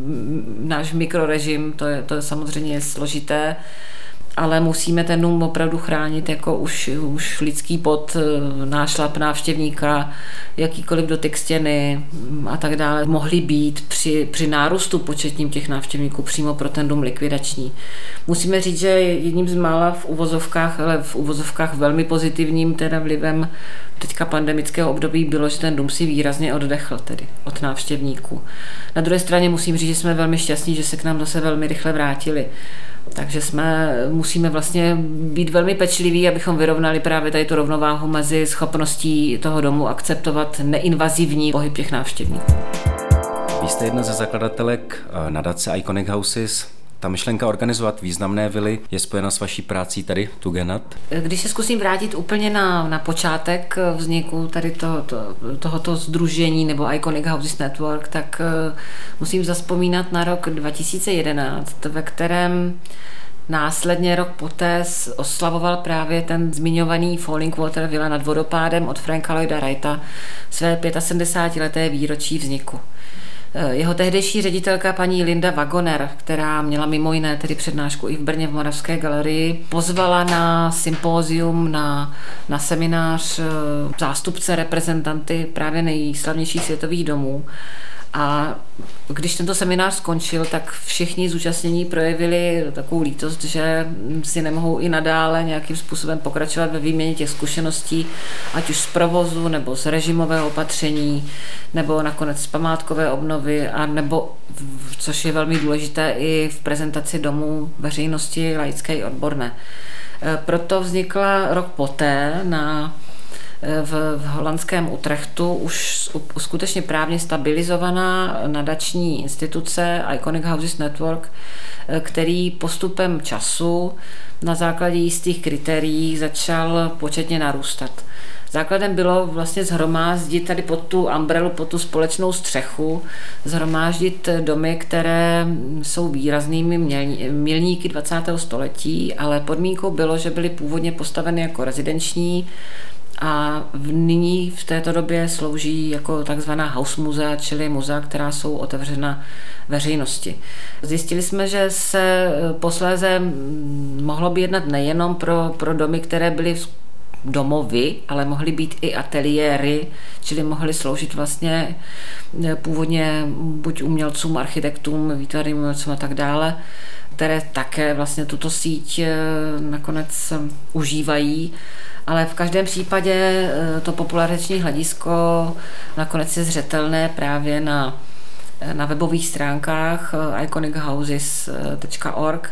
náš mikrorežim, to je, to je samozřejmě složité, ale musíme ten dům opravdu chránit jako už, už lidský pot, nášlap návštěvníka, jakýkoliv dotyk stěny a tak dále mohly být při, při nárůstu početním těch návštěvníků přímo pro ten dům likvidační. Musíme říct, že jedním z mála v uvozovkách, ale v uvozovkách velmi pozitivním teda vlivem teďka pandemického období bylo, že ten dům si výrazně oddechl tedy od návštěvníků. Na druhé straně musím říct, že jsme velmi šťastní, že se k nám zase velmi rychle vrátili. Takže jsme, musíme vlastně být velmi pečliví, abychom vyrovnali právě tady tu rovnováhu mezi schopností toho domu akceptovat neinvazivní pohyb těch návštěvníků. Vy jste jedna ze zakladatelek nadace Iconic Houses. Ta myšlenka organizovat významné vily je spojena s vaší prací tady Tugenat? Když se zkusím vrátit úplně na, na počátek vzniku tady to, to, tohoto sdružení nebo Iconic Houses Network, tak uh, musím zazpomínat na rok dva tisíce jedenáct, ve kterém následně rok poté oslavoval právě ten zmiňovaný Falling Water Villa nad vodopádem od Franka Lloyda Wrighta své sedmdesátileté výročí vzniku. Jeho tehdejší ředitelka paní Linda Wagoner, která měla mimo jiné tedy přednášku i v Brně v Moravské galerii, pozvala na sympózium, na, na seminář zástupce reprezentanty právě nejslavnějších světových domů. A když tento seminář skončil, tak všichni zúčastnění projevili takovou lítost, že si nemohou i nadále nějakým způsobem pokračovat ve výměně těch zkušeností, ať už z provozu, nebo z režimového opatření, nebo nakonec z památkové obnovy, a nebo, což je velmi důležité, i v prezentaci domů veřejnosti laické i odborné. Proto vznikla rok poté na v, v holandském Utrechtu už skutečně právně stabilizovaná nadační instituce Iconic Houses Network, který postupem času na základě jistých kritérií začal početně narůstat. Základem bylo vlastně shromáždit tady pod tu umbrelu, pod tu společnou střechu, shromáždit domy, které jsou výraznými milníky dvacátého století, ale podmínkou bylo, že byly původně postaveny jako rezidenční a nyní v této době slouží jako takzvaná house muzea, čili muzea, která jsou otevřena veřejnosti. Zjistili jsme, že se posléze mohlo by jednat nejenom pro, pro domy, které byly domovy, ale mohly být i ateliéry, čili mohly sloužit vlastně původně buď umělcům, architektům, výtvarným umělcům a tak dále, které také vlastně tuto síť nakonec užívají. Ale v každém případě to popularizační hledisko nakonec je zřetelné právě na, na webových stránkách iconic houses tečka org,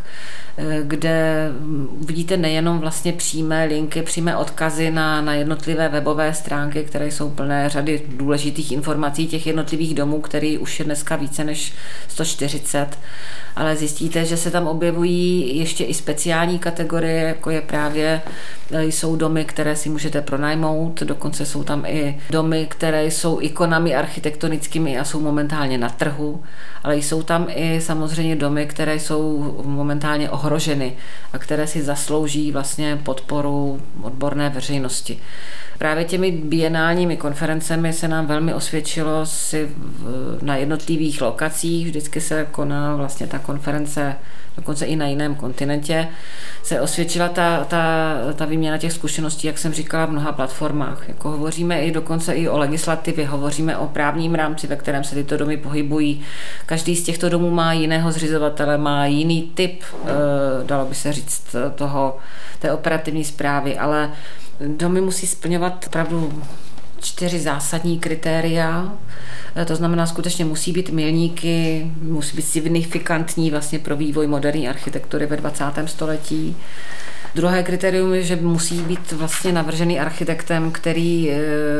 kde vidíte nejenom vlastně přímé linky, přímé odkazy na, na jednotlivé webové stránky, které jsou plné řady důležitých informací těch jednotlivých domů, který už je dneska více než sto čtyřicet, ale zjistíte, že se tam objevují ještě i speciální kategorie, jako je právě, jsou domy, které si můžete pronajmout, dokonce jsou tam i domy, které jsou ikonami architektonickými a jsou momentálně na trhu, ale jsou tam i samozřejmě domy, které jsou momentálně ohroženy a které si zaslouží vlastně podporu odborné veřejnosti. Právě těmi bienálními konferencemi se nám velmi osvědčilo si na jednotlivých lokacích, vždycky se koná vlastně ta konference dokonce i na jiném kontinentě, se osvědčila ta, ta, ta výměna těch zkušeností, jak jsem říkala, v mnoha platformách. Jako hovoříme i dokonce i o legislativě, hovoříme o právním rámci, ve kterém se tyto domy pohybují. Každý z těchto domů má jiného zřizovatele, má jiný typ, dalo by se říct, toho, té operativní správy, ale domy musí splňovat opravdu čtyři zásadní kritéria, to znamená, skutečně musí být milníky, musí být signifikantní vlastně pro vývoj moderní architektury ve dvacátém století. Druhé kritérium je, že musí být vlastně navržený architektem, který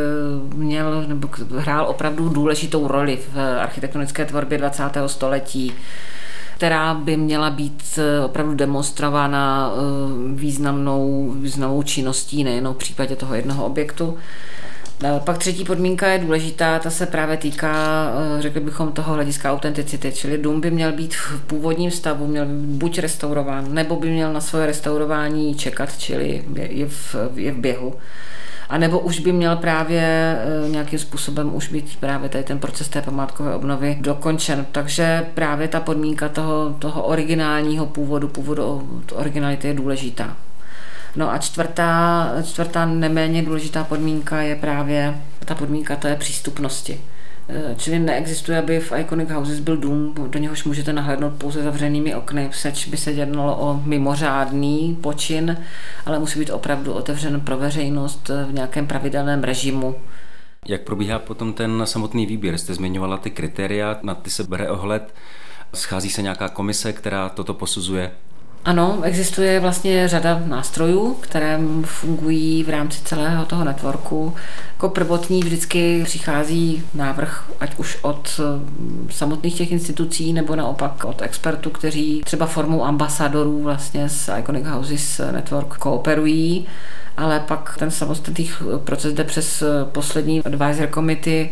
měl nebo hrál opravdu důležitou roli v architektonické tvorbě dvacátého století. která by měla být opravdu demonstrována významnou, významnou činností, nejenom v případě toho jednoho objektu. Pak třetí podmínka je důležitá, ta se právě týká, řekli bychom, toho hlediska autenticity, čili dům by měl být v původním stavu, měl buď restaurován, nebo by měl na svoje restaurování čekat, čili je v, je v běhu. A nebo už by měl právě nějakým způsobem už být právě tady ten proces té památkové obnovy dokončen. Takže právě ta podmínka toho, toho originálního původu, původu originality je důležitá. No a čtvrtá, čtvrtá neméně důležitá podmínka je právě ta podmínka té přístupnosti. Čili neexistuje, aby v Iconic Houses byl dům, do něhož můžete nahlédnout pouze zavřenými okny, seč by se jednalo o mimořádný počin, ale musí být opravdu otevřen pro veřejnost v nějakém pravidelném režimu. Jak probíhá potom ten samotný výběr? Jste zmiňovala ty kritéria, na ty se bere ohled. Schází se nějaká komise, která toto posuzuje? Ano, existuje vlastně řada nástrojů, které fungují v rámci celého toho networku. Jako prvotní vždycky přichází návrh, ať už od samotných těch institucí, nebo naopak od expertů, kteří třeba formou ambasadorů vlastně s Iconic Houses Network kooperují, ale pak ten samostatný proces jde přes poslední advisor committee,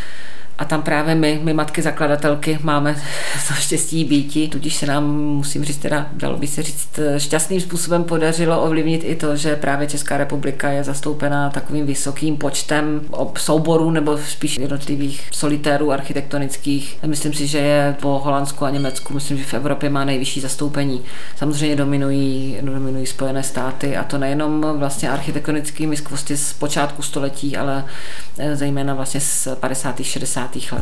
a tam právě my, my matky zakladatelky, máme to štěstí býti, tudíž se nám, musím říct, teda dalo by se říct, šťastným způsobem podařilo ovlivnit i to, že právě Česká republika je zastoupena takovým vysokým počtem souborů nebo spíš jednotlivých solitérů architektonických. Myslím si, že je po Holandsku a Německu, myslím, že v Evropě má nejvyšší zastoupení. Samozřejmě dominují, dominují Spojené státy, a to nejenom vlastně architektonickými skvosty z počátku století, ale zejména vlastně z padesátých šedesátých let.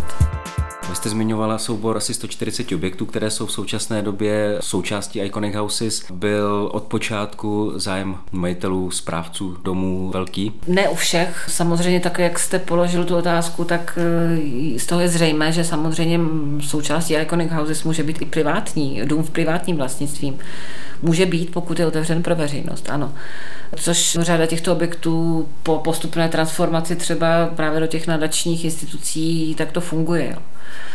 Vy jste zmiňovala soubor asi sto čtyřicet objektů, které jsou v současné době součástí Iconic Houses. Byl od počátku zájem majitelů, správců domů velký? Ne u všech. Samozřejmě tak, jak jste položil tu otázku, tak z toho je zřejmé, že samozřejmě součástí Iconic Houses může být i privátní, dům v privátním vlastnictvím. Může být, pokud je otevřen pro veřejnost, ano. Což řada těchto objektů po postupné transformaci třeba právě do těch nadačních institucí tak to funguje. Jo.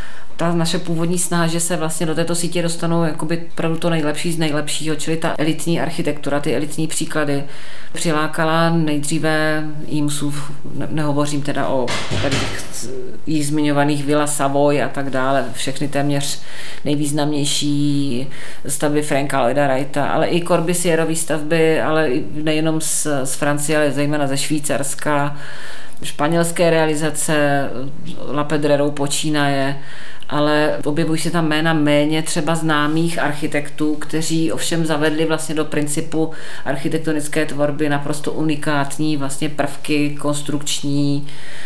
Ta naše původní snaha, že se vlastně do této sítě dostanou jakoby opravdu to nejlepší z nejlepšího, čili ta elitní architektura, ty elitní příklady, přilákala nejdříve IMSův, ne, nehovořím teda o tady jí zmiňovaných Villa Savoy a tak dále, všechny téměř nejvýznamnější stavby Franka Lloyda Wrighta, ale i Corbusierovy stavby, ale nejenom z, z Francie, ale zejména ze Švýcarska, španělské realizace, La Pedrerou počínaje, ale objevují se tam jména méně třeba známých architektů, kteří ovšem zavedli vlastně do principu architektonické tvorby naprosto unikátní vlastně prvky konstrukční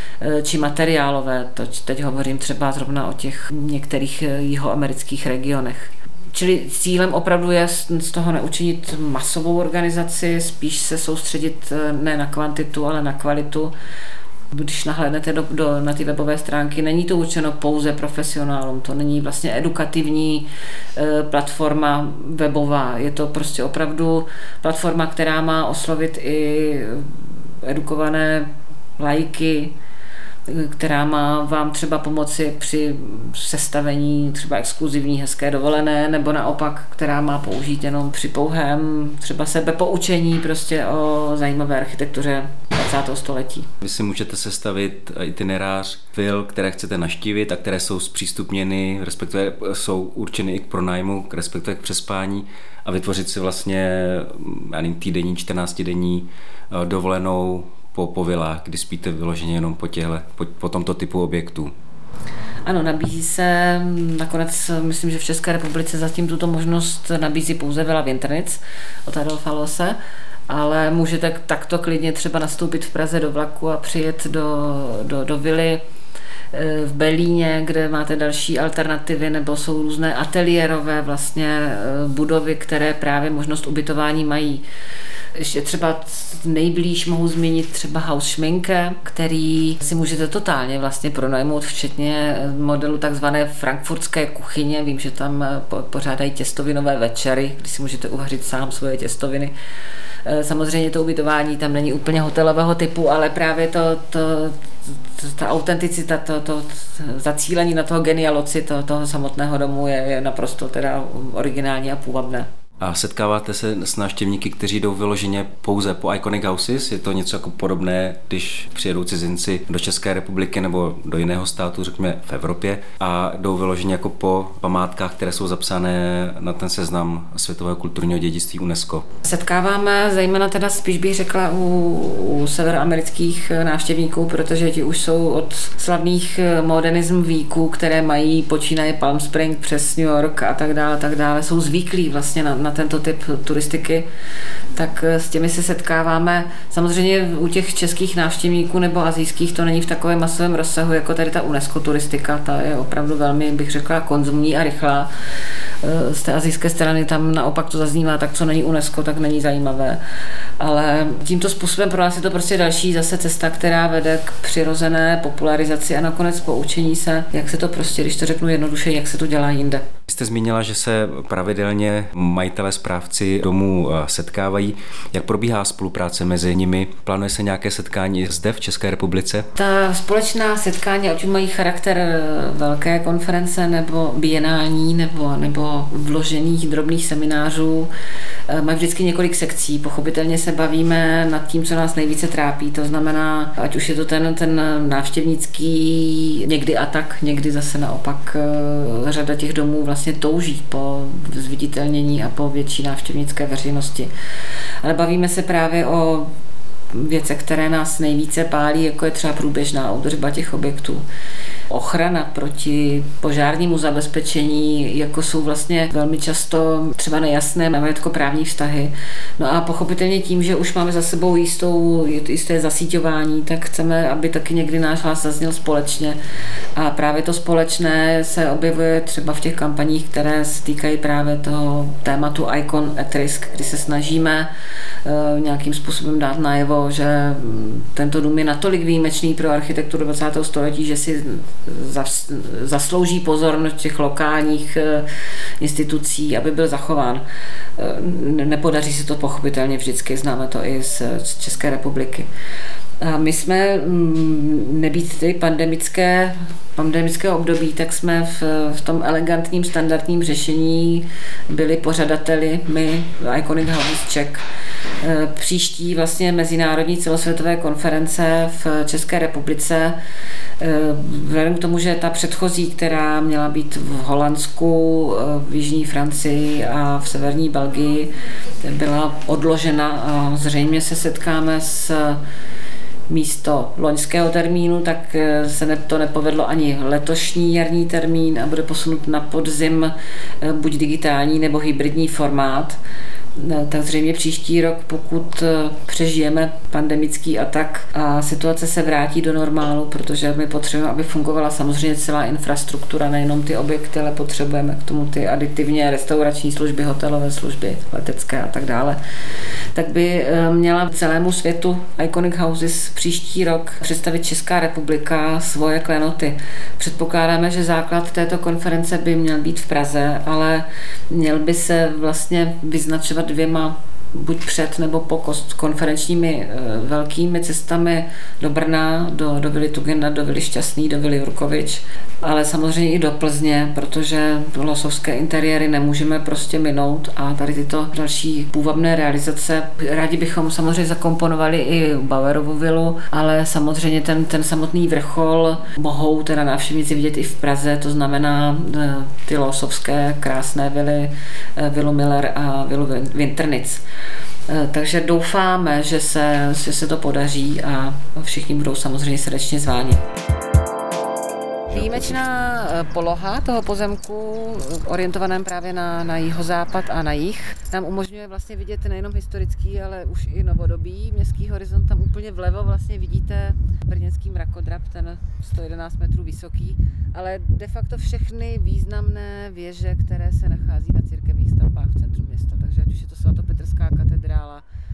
či materiálové. Teď hovořím třeba zrovna o těch některých jihoamerických regionech. Čili cílem opravdu je z toho neučinit masovou organizaci, spíš se soustředit ne na kvantitu, ale na kvalitu. Když nahlédnete do, do, na ty webové stránky, není to určeno pouze profesionálům, to není vlastně edukativní e, platforma webová, je to prostě opravdu platforma, která má oslovit i edukované laiky, která má vám třeba pomoci při sestavení třeba exkluzivní hezké dovolené, nebo naopak, která má použít jenom při pouhém třeba sebepoučení prostě o zajímavé architektuře dvacátého století. Vy si můžete sestavit itinerář vil, které chcete navštívit a které jsou zpřístupněny, respektive jsou určeny i k pronájmu, respektive k přespání, a vytvořit si vlastně týdenní, čtrnáctidenní dovolenou po, po vilách, kdy spíte vyloženě jenom po, těhle, po, po tomto typu objektů. Ano, nabízí se, nakonec myslím, že v České republice zatím tuto možnost nabízí pouze Villa Vinternic od Adolfa Loose, ale můžete takto klidně třeba nastoupit v Praze do vlaku a přijet do, do, do vily v Belíně, kde máte další alternativy, nebo jsou různé ateliérové vlastně budovy, které právě možnost ubytování mají. Ještě třeba nejblíž mohu zmínit třeba Haus Schminke, který si můžete totálně vlastně pronajmout, včetně modelu takzvané frankfurtské kuchyně. Vím, že tam pořádají těstovinové večery, kdy si můžete uvařit sám svoje těstoviny. Samozřejmě to ubytování tam není úplně hotelového typu, ale právě to, to, to ta autenticita, to, to zacílení na toho genialoci to, toho samotného domu je, je naprosto teda originální a půvabné. A setkáváte se s návštěvníky, kteří jdou vyloženě pouze po Iconic Houses? Je to něco jako podobné, když přijedou cizinci do České republiky nebo do jiného státu, řekněme v Evropě, a jdou vyloženě jako po památkách, které jsou zapsané na ten seznam světového kulturního dědictví UNESCO? Setkáváme zejména teda spíš bych řekla u, u severoamerických návštěvníků, protože ti už jsou od slavných modernism víků, které mají počínaje Palm Spring přes New York a tak dále, tak dále, jsou zvyklí vlastně na na tento typ turistiky, tak s těmi se setkáváme. Samozřejmě u těch českých návštěvníků nebo asijských to není v takovém masovém rozsahu, jako tady ta UNESCO turistika, ta je opravdu velmi, bych řekla, konzumní a rychlá. Z té asijské strany tam naopak to zaznívá, tak co není UNESCO, tak není zajímavé. Ale tímto způsobem pro nás je to prostě další zase cesta, která vede k přirozené popularizaci a nakonec poučení se, jak se to prostě, když to řeknu jednoduše, jak se to dělá jinde. Jste zmínila, že se pravidelně majitelé správci domů setkávají. Jak probíhá spolupráce mezi nimi? Plánuje se nějaké setkání zde v České republice? Ta společná setkání, ať už mají charakter velké konference nebo bienální nebo, nebo vložených drobných seminářů, mají vždycky několik sekcí. Pochopitelně se bavíme nad tím, co nás nejvíce trápí. To znamená, ať už je to ten, ten návštěvnický někdy a tak, někdy zase naopak řada těch domů vlastně touží po zviditelnění a po větší návštěvnické veřejnosti. Ale bavíme se právě o věcech, které nás nejvíce pálí, jako je třeba průběžná údržba těch objektů. Ochrana proti požárnímu zabezpečení, jako jsou vlastně velmi často třeba nejasné majetkoprávní vztahy. No a pochopitelně tím, že už máme za sebou jistou, jisté zasíťování, tak chceme, aby taky někdy náš hlas zazněl společně. A právě to společné se objevuje třeba v těch kampaních, které se týkají právě toho tématu Icon at Risk, kdy se snažíme uh, nějakým způsobem dát najevo, že tento dům je natolik výjimečný pro architekturu dvacátého století, že si zaslouží pozornost těch lokálních institucí, aby byl zachován. Nepodaří se to pochopitelně vždycky, známe to i z České republiky. A my jsme, nebýt ty pandemické, pandemického období, tak jsme v, v tom elegantním standardním řešení byli pořadateli, my, Iconic Houses Czech. Příští vlastně mezinárodní celosvětové konference v České republice, vzhledem k tomu, že ta předchozí, která měla být v Holandsku, v jižní Francii a v severní Belgii, byla odložena a zřejmě se setkáme s místo loňského termínu, tak se ne, to nepovedlo ani letošní jarní termín a bude posunut na podzim buď digitální nebo hybridní formát. Tak zřejmě příští rok, pokud přežijeme pandemický atak a situace se vrátí do normálu, protože my potřebujeme, aby fungovala samozřejmě celá infrastruktura, nejenom ty objekty, ale potřebujeme k tomu ty aditivně restaurační služby, hotelové služby, letecké a tak dále, tak by měla celému světu Iconic Houses příští rok představit Česká republika svoje klenoty. Předpokládáme, že základ této konference by měl být v Praze, ale měl by se vlastně vyznačovat dvěma buď před nebo po konferenčními velkými cestami do Brna, do, do Vily Tugenda, do Vily Šťastný, do Vily Jurkovič, ale samozřejmě i do Plzně, protože losovské interiéry nemůžeme prostě minout a tady tyto další půvabné realizace. Rádi bychom samozřejmě zakomponovali i Bauerovu vilu, ale samozřejmě ten, ten samotný vrchol mohou teda návštěvníci vidět i v Praze, to znamená ty losovské krásné vily, vilu Miller a vilu Winternic. Takže doufáme, že se, že se to podaří a všichni budou samozřejmě srdečně zváni. Výjimečná poloha toho pozemku, orientovaném právě na, na jihozápad a na jih, nám umožňuje vlastně vidět nejenom historický, ale už i novodobý městský horizont. Tam úplně vlevo vlastně vidíte brněnský mrakodrap, ten sto jedenáct metrů vysoký, ale de facto všechny významné věže, které se nachází na církevních stavbách v centru města. Takže ať už je to svatopetrská katedrála,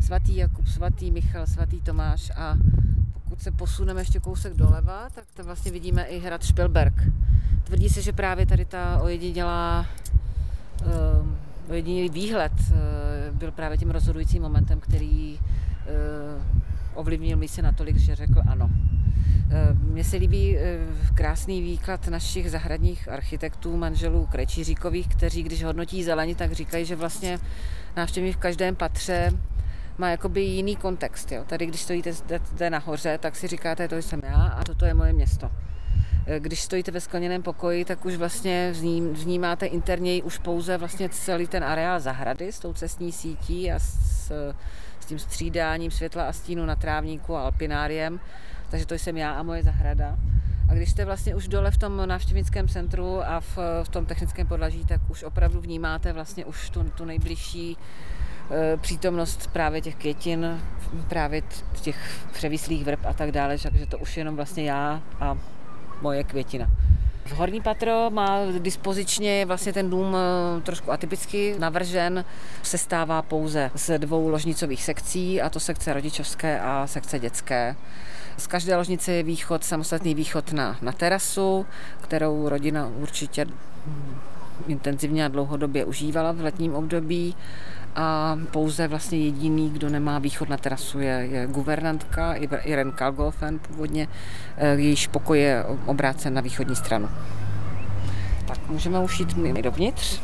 svatý Jakub, svatý Michal, svatý Tomáš a pokud se posuneme ještě kousek doleva, tak to vlastně vidíme i hrad Špilberk. Tvrdí se, že právě tady ta ojedinělá, uh, ojedinělý výhled uh, byl právě tím rozhodujícím momentem, který uh, ovlivnil míse natolik, že řekl ano. Mně se líbí krásný výklad našich zahradních architektů, manželů Krejčíříkových, kteří, když hodnotí zeleň, tak říkají, že vlastně návštěvník v každém patře má jakoby jiný kontext. Jo. Tady, když stojíte zde nahoře, tak si říkáte, to jsem já a toto je moje město. Když stojíte ve skleněném pokoji, tak už vlastně vnímáte interněji už pouze vlastně celý ten areál zahrady s tou cestní sítí a s, s tím střídáním světla a stínu na trávníku a alpináriem. Takže to jsem já a moje zahrada. A když jste vlastně už dole v tom návštěvnickém centru a v, v tom technickém podlaží, tak už opravdu vnímáte vlastně už tu, tu nejbližší e, přítomnost právě těch květin, právě těch převislých vrb a tak dále, takže to už jenom vlastně já a moje květina. V horní patro má dispozičně vlastně ten dům trošku atypicky navržen, sestává pouze z dvou ložnicových sekcí, a to sekce rodičovské a sekce dětské. Z každé ložnice je východ, samostatný východ na, na terasu, kterou rodina určitě intenzivně a dlouhodobě užívala v letním období. A pouze vlastně jediný, kdo nemá východ na terasu, je, je guvernantka Irene Kalgofen původně, jejíž pokoj je obrácen na východní stranu. Tak můžeme už jít my dovnitř.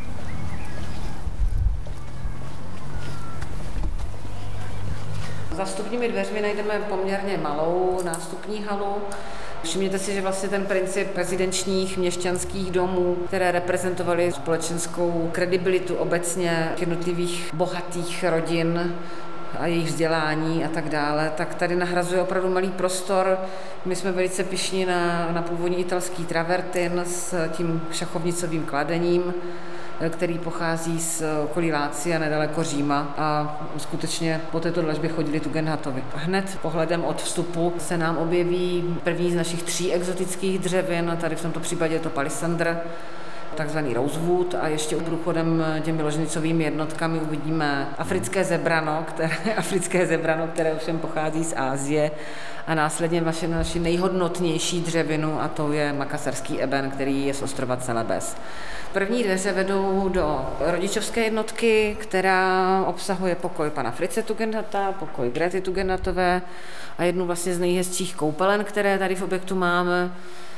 Za vstupními dveřmi najdeme poměrně malou nástupní halu. Všimněte si, že vlastně ten princip rezidenčních měšťanských domů, které reprezentovaly společenskou kredibilitu obecně jednotlivých bohatých rodin a jejich vzdělání a tak dále, tak tady nahrazuje opravdu malý prostor. My jsme velice pyšní na, na původní italský travertin s tím šachovnicovým kladením, který pochází z okolí Lácia nedaleko Říma a skutečně po této dlažbě chodili Tugendhatovi. Hned pohledem od vstupu se nám objeví první z našich tří exotických dřevin, tady v tomto případě je to palisandr, takzvaný rosewood, a ještě průchodem těmi ložnicovými jednotkami uvidíme africké zebrano, které, africké zebrano, které ovšem pochází z Asie, a následně naši, naši nejhodnotnější dřevinu, a to je makasarský eben, který je z ostrova Celebes. První dveře vedou do rodičovské jednotky, která obsahuje pokoj pana Fritze Tugendhata, pokoj Grety Tugendhatové a jednu vlastně z nejhezčích koupelen, které tady v objektu máme.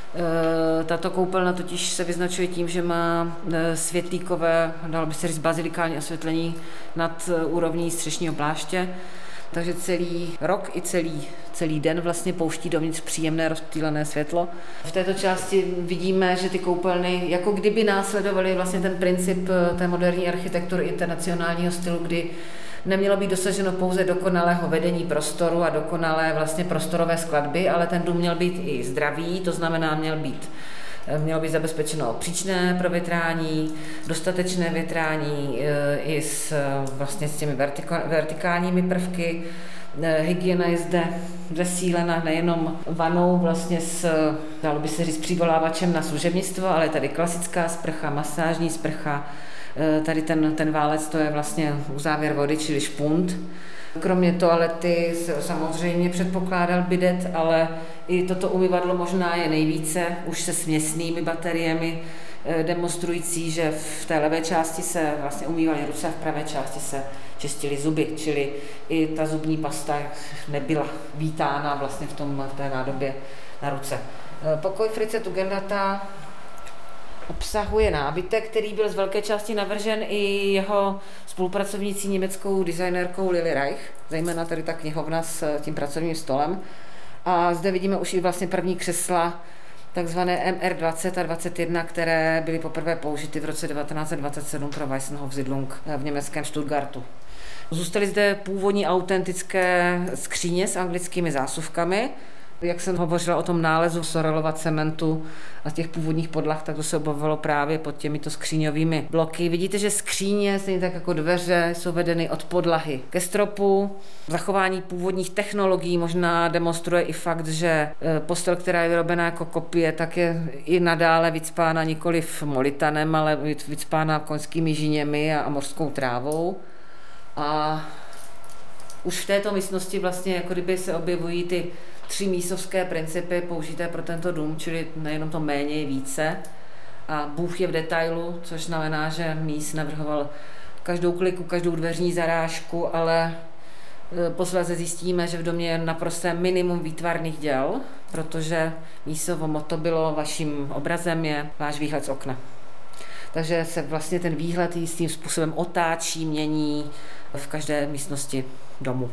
Tato koupelna totiž se vyznačuje tím, že má světlíkové, dalo by se říct bazilikální osvětlení nad úrovní střešního pláště, takže celý rok i celý, celý den vlastně pouští dovnitř příjemné rozptýlené světlo. V této části vidíme, že ty koupelny jako kdyby následovaly vlastně ten princip té moderní architektury internacionálního stylu, kdy nemělo být dosaženo pouze dokonalého vedení prostoru a dokonalé vlastně prostorové skladby, ale ten dům měl být i zdravý, to znamená měl být Mělo být zabezpečeno příčné provětrání, dostatečné větrání i s, vlastně s těmi vertikálními prvky. Hygiena je zde zesílena nejenom vanou vlastně s, dalo by se říct, přivolávačem na služebnictvo, ale tady klasická sprcha, masážní sprcha. Tady ten, ten válec, to je vlastně uzávěr vody, čili špunt. Kromě toalety se samozřejmě předpokládal bidet, ale i toto umyvadlo možná je nejvíce, už se směsnými bateriemi, demonstrující, že v té levé části se vlastně umývaly ruce a v pravé části se čistily zuby, čili i ta zubní pasta nebyla vítána vlastně v, tom, v té nádobě na ruce. Pokoj Fritze Tugendhata obsahuje nábytek, který byl z velké části navržen i jeho spolupracovnící německou designérkou Lili Reich, zejména tady ta knihovna s tím pracovním stolem. A zde vidíme už i vlastně první křesla, takzvané M R dvacet a dvacet jedna, které byly poprvé použity v roce devatenáct set dvacet sedm pro Weissenhof-Siedlung v německém Stuttgartu. Zůstaly zde původní autentické skříně s anglickými zásuvkami. Jak jsem hovořila o tom nálezu Sorelova cementu a těch původních podlah, tak to se objevovalo právě pod těmito skříňovými bloky. Vidíte, že skříně, stejně tak jako dveře, jsou vedeny od podlahy ke stropu. Zachování původních technologií možná demonstruje i fakt, že postel, která je vyrobená jako kopie, tak je i nadále vycpána nikoliv molitanem, ale vycpána koňskými žiněmi a mořskou trávou. A Už v této místnosti vlastně jako kdyby se objevují ty tři mísovské principy použité pro tento dům, čili nejenom to méně je více. A Bůh je v detailu, což znamená, že Mies navrhoval každou kliku, každou dveřní zarážku, ale posléze zjistíme, že v domě je naprosté minimum výtvarných děl, protože Miesovo motto bylo vaším obrazem je váš výhled z okna. Takže se vlastně ten výhled jistým způsobem otáčí, mění v každé místnosti domu.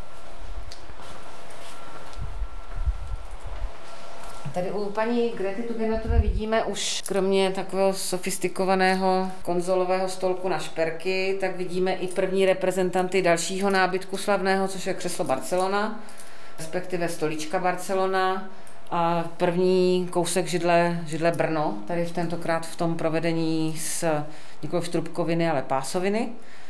Tady u paní Grety Tugendhatové vidíme už kromě takového sofistikovaného konzolového stolku na šperky, tak vidíme i první reprezentanty dalšího nábytku slavného, což je křeslo Barcelona, respektive stolička Barcelona a první kousek židle, židle Brno, tady v tentokrát v tom provedení s nikoliv trubkoviny, ale pásoviny.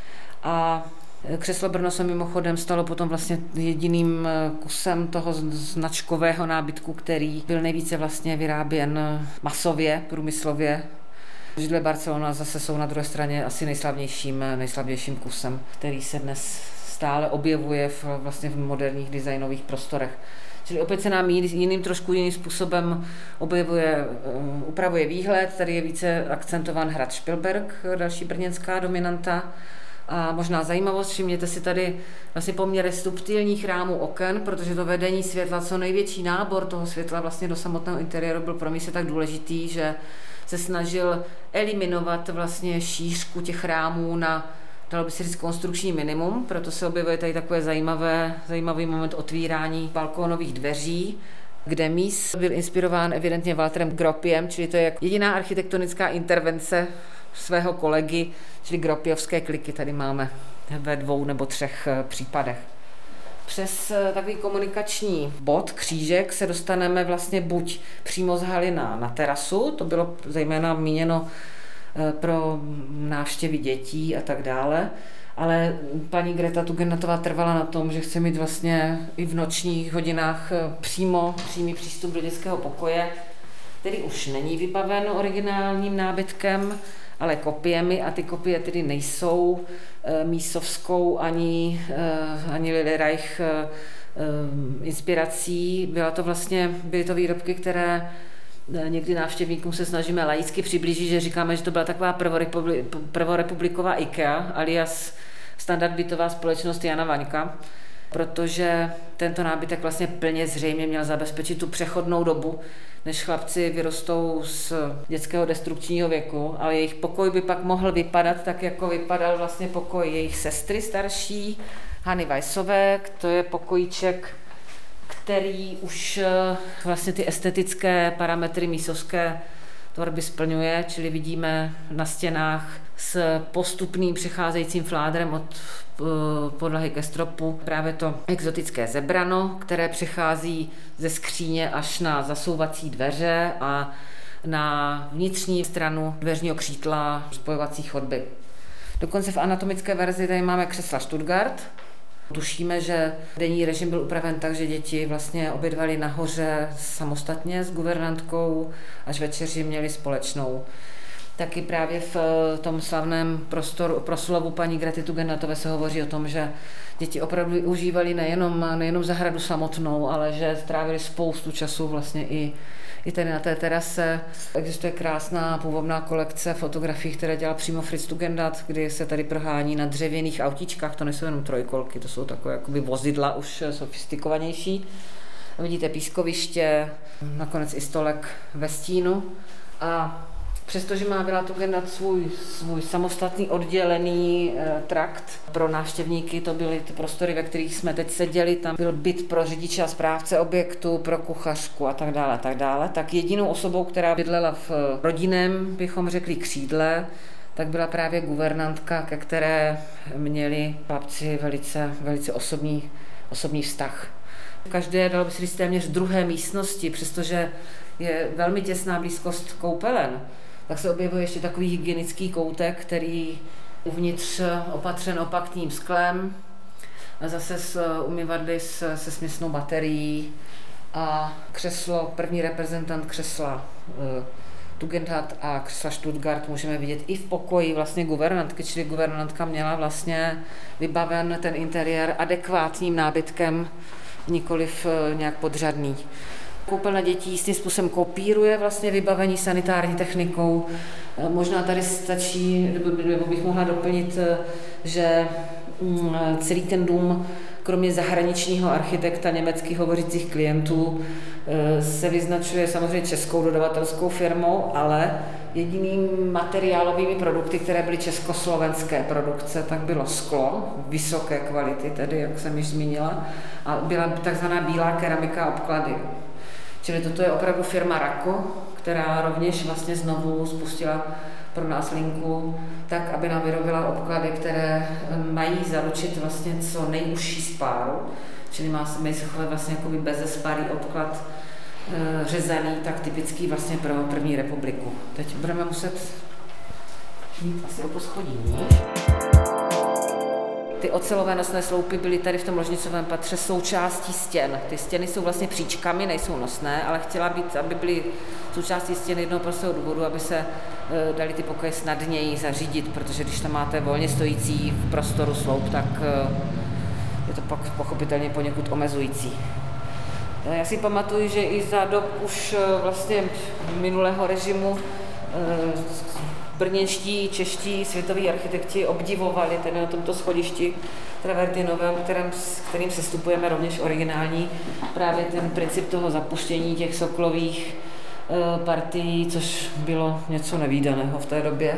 A křeslo Brno se mimochodem stalo potom vlastně jediným kusem toho značkového nábytku, který byl nejvíce vlastně vyráběn masově, průmyslově. Židle Barcelona zase jsou na druhé straně asi nejslavnějším, nejslavnějším kusem, který se dnes stále objevuje v, vlastně v moderních designových prostorech. Čili opět se nám jiným, trošku jiným způsobem objevuje, upravuje výhled, tady je více akcentován hrad Špilberk, další brněnská dominanta. A možná zajímavost, všimněte si tady vlastně poměry subtilních rámů oken, protože to vedení světla, co největší nábor toho světla vlastně do samotného interiéru byl pro mě se tak důležitý, že se snažil eliminovat vlastně šířku těch rámů na, dalo by se říct, konstrukční minimum, proto se objevuje tady takové zajímavé, zajímavý moment otvírání balkónových dveří, kde Mies byl inspirován evidentně Walterem Gropiusem, čili to je jediná architektonická intervence svého kolegy, čili Gropiusovské kliky tady máme ve dvou nebo třech případech. Přes takový komunikační bod, křížek, se dostaneme vlastně buď přímo z haly na, na terasu, to bylo zejména míněno pro návštěvy dětí a tak dále, ale paní Greta Tugendhatová trvala na tom, že chce mít vlastně i v nočních hodinách přímo přímý přístup do dětského pokoje, který už není vybaven originálním nábytkem, ale kopiemi, a ty kopie tedy nejsou e, mísovskou ani, e, ani Lily Reich e, e, inspirací. Byla to vlastně, byly to výrobky, které e, někdy návštěvníkům se snažíme laicky přiblížit, že říkáme, že to byla taková prvorepubli, prvorepubliková IKEA, alias standard bytová společnost Jana Vaňka, protože tento nábytek vlastně plně zřejmě měl zabezpečit tu přechodnou dobu, než chlapci vyrostou z dětského destrukčního věku, ale jejich pokoj by pak mohl vypadat tak, jako vypadal vlastně pokoj jejich sestry starší, Hany Weissové. To je pokojíček, který už vlastně ty estetické parametry mísovské tvorby splňuje, čili vidíme na stěnách s postupným přecházejícím fládrem od podlahy ke stropu právě to exotické zebrano, které přechází ze skříně až na zasouvací dveře a na vnitřní stranu dveřního křítla spojovací chodby. Dokonce v anatomické verzi tady máme křesla Stuttgart. Tušíme, že denní režim byl upraven tak, že děti vlastně obědvaly nahoře samostatně s guvernantkou, až večeři měli společnou. Taky právě v tom slavném prostoru, proslovu paní Grety Tugendhatové se hovoří o tom, že děti opravdu užívali nejenom, nejenom zahradu samotnou, ale že strávili spoustu času vlastně i, i tady na té terase. Existuje krásná původná kolekce fotografií, které dělal přímo Fritz Tugendhat, kdy se tady prohání na dřevěných autíčkách, to nejsou jenom trojkolky, to jsou takové jakoby vozidla už sofistikovanější. Vidíte pískoviště, nakonec i stolek ve stínu a přestože má Vila Tugendhat svůj, svůj samostatný oddělený e, trakt pro návštěvníky, to byly ty prostory, ve kterých jsme teď seděli, tam byl byt pro řidiče a správce objektu, pro kuchařku a tak dále, tak dále, tak jedinou osobou, která bydlela v rodinném, bychom řekli, křídle, tak byla právě guvernantka, ke které měli chlapci velice, velice osobní, osobní vztah. V každé, dalo by se říct, téměř druhé místnosti, přestože je velmi těsná blízkost koupelen, tak se objevuje ještě takový hygienický koutek, který uvnitř opatřen opaktním sklem, a zase s umyvadly se, se směsnou baterií a křeslo, první reprezentant křesla Tugendhat a křesla Stuttgart můžeme vidět i v pokoji vlastně guvernantky, čili guvernantka měla vlastně vybaven ten interiér adekvátním nábytkem, nikoliv nějak podřadný. Koupelna dětí jistým způsobem kopíruje vlastně vybavení sanitární technikou. Možná tady stačí, nebo bych mohla doplnit, že celý ten dům, kromě zahraničního architekta německých hovořících klientů, se vyznačuje samozřejmě českou dodavatelskou firmou, ale jediným materiálovými produkty, které byly československé produkce, tak bylo sklo vysoké kvality, tedy jak jsem již zmínila, a byla takzvaná bílá keramika a obklady. Čili toto je opravdu firma Rako, která rovněž vlastně znovu spustila pro nás linku, tak, aby nám vyrobila obklady, které mají zaručit vlastně co nejužší spáru, čili má mají se chovat vlastně jakoby bezespárý obklad e, řezaný, tak typický vlastně pro první republiku. Teď budeme muset jít asi do poschodí. Ty ocelové nosné sloupy byly tady v tom ložnicovém patře součástí stěn. Ty stěny jsou vlastně příčkami, nejsou nosné, ale chtěla být, aby byly součástí stěn jednoho prostého důvodu, aby se e, dali ty pokoje snadněji zařídit, protože když tam máte volně stojící v prostoru sloup, tak e, je to pak pochopitelně poněkud omezující. E, já si pamatuju, že i za dob už e, vlastně minulého režimu e, brněnští, čeští, světoví architekti obdivovali tady na tomto schodišti travertinovém, kterým, kterým sestupujeme rovněž originální, právě ten princip toho zapuštění těch soklových e, partií, což bylo něco nevídaného v té době.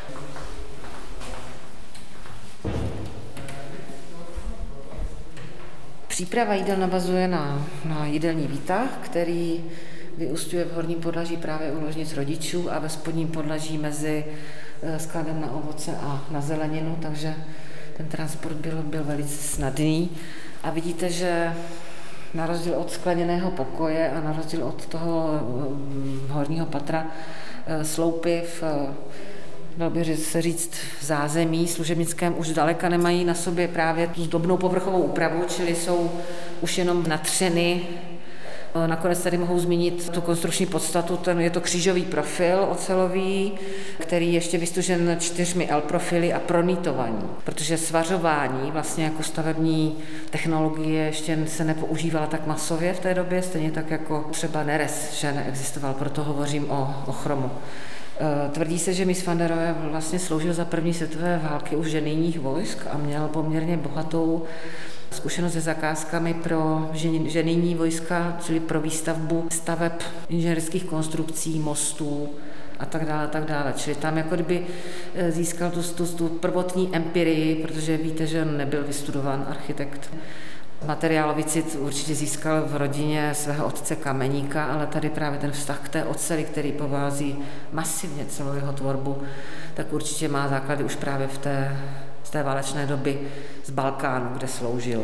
Příprava jídel navazuje na, na jídelní výtah, který vyúsťuje v horním podlaží právě u ložnic rodičů a ve spodním podlaží mezi skladem na ovoce a na zeleninu, takže ten transport byl, byl velice snadný. A vidíte, že na rozdíl od skleněného pokoje a na rozdíl od toho horního patra sloupy v, dalo by se říct, v zázemí služebnickém už zdaleka nemají na sobě právě tu zdobnou povrchovou úpravu, čili jsou už jenom natřeny. Nakonec tady mohou zmínit tu konstrukční podstatu, ten je to křížový profil ocelový, který je ještě vystužen čtyřmi L profily a pronýtovaní, protože svařování vlastně jako stavební technologie ještě se nepoužívala tak masově v té době, stejně tak jako třeba nerez, že neexistoval, proto hovořím o, o chromu. Tvrdí se, že Mies van der Rohe vlastně sloužil za první světové války u ženijních vojsk a měl poměrně bohatou zkušenost se zakázkami pro ženijní vojska, čili pro výstavbu staveb inženýrských konstrukcí, mostů a tak dále, tak dále. Čili tam jako kdyby získal tu, tu, tu prvotní empirii, protože víte, že on nebyl vystudován architekt. Materiálový cit určitě získal v rodině svého otce kameníka, ale tady právě ten vztah k té oceli, který povází masivně celou jeho tvorbu, tak určitě má základy už právě v té, z té válečné doby z Balkánu, kde sloužil.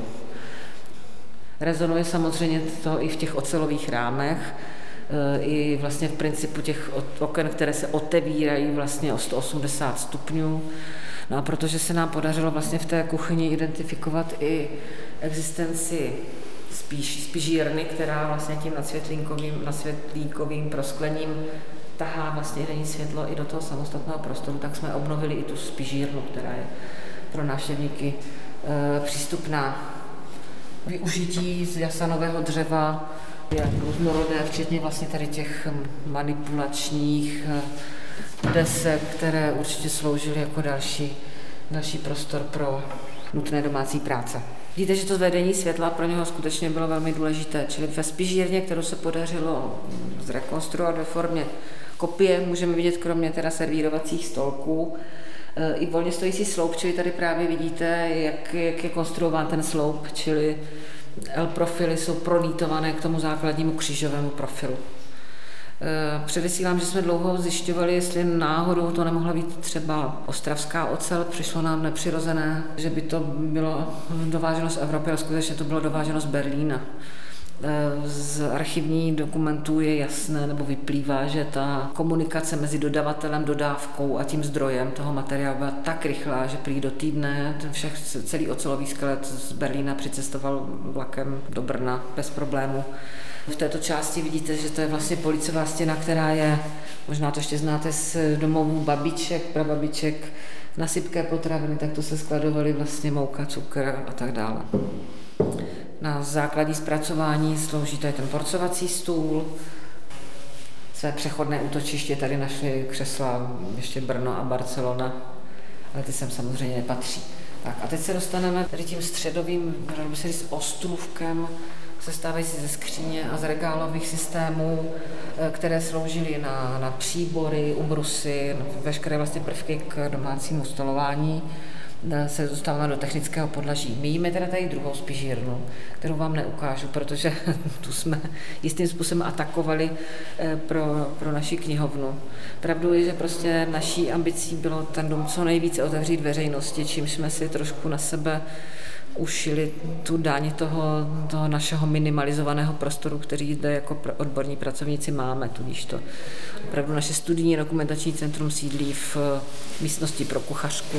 Rezonuje samozřejmě to i v těch ocelových rámech, i vlastně v principu těch oken, které se otevírají vlastně o sto osmdesát stupňů. No a protože se nám podařilo vlastně v té kuchyni identifikovat i existenci spíš, spižírny, která vlastně tím nadsvětlínkovým, nadsvětlíkovým prosklením tahá vlastně denní světlo i do toho samostatného prostoru, tak jsme obnovili i tu spižírnu, která je pro návštěvníky e, přístupná. Využití z jasanového dřeva je různorodé, včetně vlastně tady těch manipulačních desek, které určitě sloužily jako další, další prostor pro nutné domácí práce. Vidíte, že to zvedení světla pro něho skutečně bylo velmi důležité, čili ve spižírně, kterou se podařilo zrekonstruovat ve formě kopie, můžeme vidět kromě teda servírovacích stolků i volně stojící sloup, čili tady právě vidíte, jak, jak je konstruován ten sloup, čili L profily jsou pronýtované k tomu základnímu křížovému profilu. Předesílám, že jsme dlouho zjišťovali, jestli náhodou to nemohla být třeba ostravská ocel, přišlo nám nepřirozené, že by to bylo dováženo z Evropy, ale skutečně to bylo dováženo z Berlína. Z archivních dokumentů je jasné, nebo vyplývá, že ta komunikace mezi dodavatelem, dodávkou a tím zdrojem toho materiálu byla tak rychlá, že prý do týdne ten všech, celý ocelový skelet z Berlína přicestoval vlakem do Brna bez problému. V této části vidíte, že to je vlastně policová stěna, která je, možná to ještě znáte z domovů babiček, prababiček, na sypké potraviny, tak to se skladovaly vlastně mouka, cukr a tak dále. Na základní zpracování slouží tady ten porcovací stůl, své přechodné útočiště tady našli křesla ještě Brno a Barcelona, ale ty sem samozřejmě nepatří. Tak a teď se dostaneme tady tím středovým, dalo by se říct, ostrůvkem, sestávající ze skříně a z regálových systémů, které sloužily na, na příbory, ubrusy, veškeré vlastně prvky k domácímu stolování, se dostáváme do technického podlaží. Míjíme teda tady druhou spižírnu, kterou vám neukážu, protože tu jsme jistým způsobem atakovali pro, pro naši knihovnu. Pravdou je, že prostě naší ambicí bylo ten dům co nejvíce otevřít veřejnosti, čímž jsme si trošku na sebe ušili tu daň toho, toho našeho minimalizovaného prostoru, který zde jako odborní pracovníci máme, tudíž to opravdu naše studijní dokumentační centrum sídlí v místnosti pro kuchařku